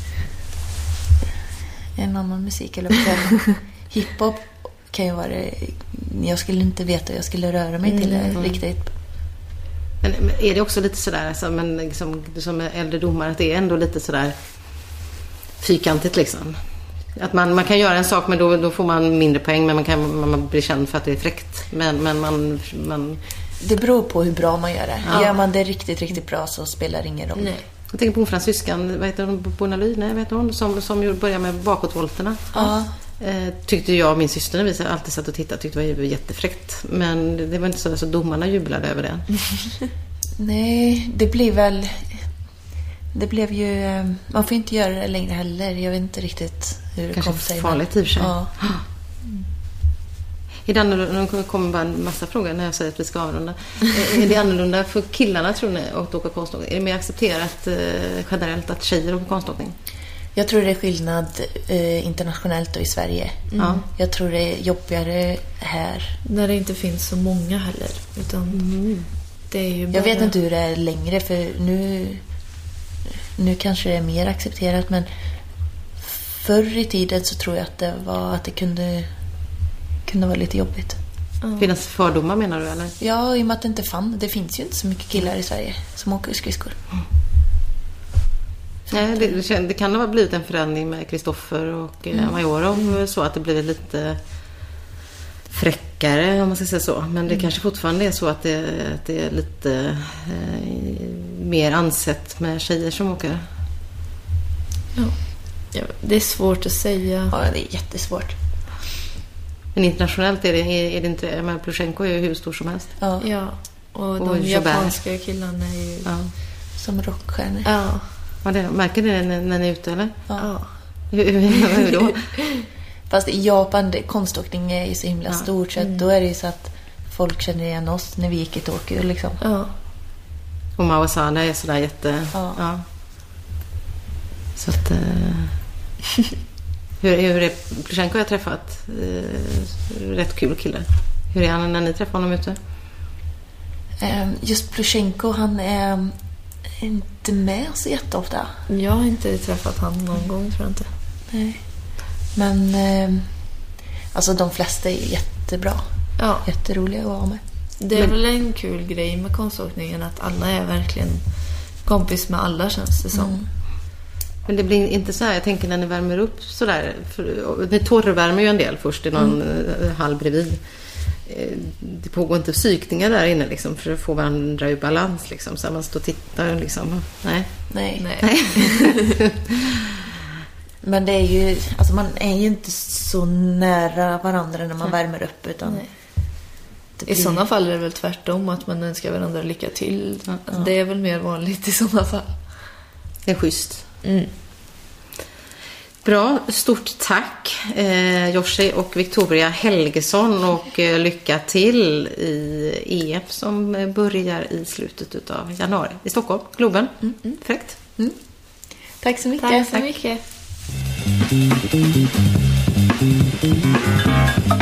en annan musik eller vad. Hiphop kan ju vara... Jag skulle inte veta hur jag skulle röra mig till det mm. riktigt. Men, men är det också lite sådär, alltså, men liksom, som äldre domare, att det är ändå lite sådär fyrkantigt liksom? Att man, man kan göra en sak, men då, då får man mindre poäng, men man kan man blir känd för att det är fräckt. Men, men man, man... Det beror på hur bra man gör det. Ja. Gör man det riktigt, riktigt bra så spelar det ingen roll. Nej. Jag tänker på hon fransyskan, vad heter hon, Bonaly, nej, vet hon, som, som började med bakåtvolterna. Ja. Eh, tyckte jag och min syster när vi alltid satt och tittade, tyckte det var jättefräckt. Men det var inte så att domarna jublade över det. Nej, det blir väl... Det blev ju... Man får inte göra det längre heller. Jag vet inte riktigt hur det kanske kom sig. Kanske farligt i och för sig. Ja. Mm. Är det annorlunda, det kommer bara en massa frågor när jag säger att vi ska avrunda. Är det annorlunda för killarna, tror ni, att åka konståkning? Är det mer accepterat eh, generellt att tjejer åker konståkning? Jag tror det är skillnad eh, internationellt och i Sverige. Mm. Jag tror det är jobbigare här. När det inte finns så många heller. Utan mm. det är ju bara... Jag vet inte hur det är längre, för nu... Nu kanske det är mer accepterat, men förr i tiden så tror jag att det var att det kunde kunde vara lite jobbigt. Mm. Finns fördomar, menar du, eller? Ja, i och med att det inte fann. Det finns ju inte så mycket killar i Sverige som åker skridskor. Mm. Nej, det, det kan ha blivit en förändring med Kristoffer och mm. Majorov, mm. så att det blivit lite fräckare, om man ska säga så. Men det mm. kanske fortfarande är så att det, att det är lite eh, mer ansett med tjejer som åker. Ja. Ja, det är svårt att säga. Ja, det är jättesvårt. Men internationellt är det, är det inte... Men Plushenko är ju hur stor som helst. Ja. Ja. Och de Och japanska killarna är ju... Ja. Som rockstjärnor. Ja. Ja, det, märker ni det när, när ni är ute, eller? Ja. Hur, hur, hur då? Fast i Japan, det, konståkning är ju så himla Ja. stort. Så att då är det ju så att folk känner igen oss när vi gick i Tokyo liksom. Ja. Och Mao Asada är sådär jätte... Ja. Ja. Så att... Eh, hur, hur är... Plushenko har jag träffat. Eh, rätt kul kille. Hur är han när ni träffar honom ute? Ehm, Just Plushenko, han är inte med så jätteofta. Jag har inte träffat han någon gång, tror jag inte. Nej. Men ehm, alltså de flesta är ju jättebra. Ja. Jätteroliga att vara med. Det är Men- väl en kul grej med konståkningen att alla är verkligen kompis med alla, känns det som. Mm. Men det blir inte så här, jag tänker när ni värmer upp sådär. För, ni torrvärmer ju en del först i någon mm. hall bredvid. Eh, Det pågår inte psykningar där inne liksom, för att få varandra i balans liksom. Så här, man står och tittar liksom. Nej. Nej. Nej. Men det är ju, alltså man är ju inte så nära varandra när man värmer upp, utan Nej. det I blir- sådana fall är det väl tvärtom, att man önskar varandra lycka till. Ja. Alltså, det är väl mer vanligt i sådana fall. Det är schysst. Mm. Bra, stort tack eh, Joshi och Victoria Helgesson, och eh, lycka till i E M som eh, börjar i slutet av januari i Stockholm, Globen. Mm. Fräckt. Mm. Tack så mycket. Tack så mycket.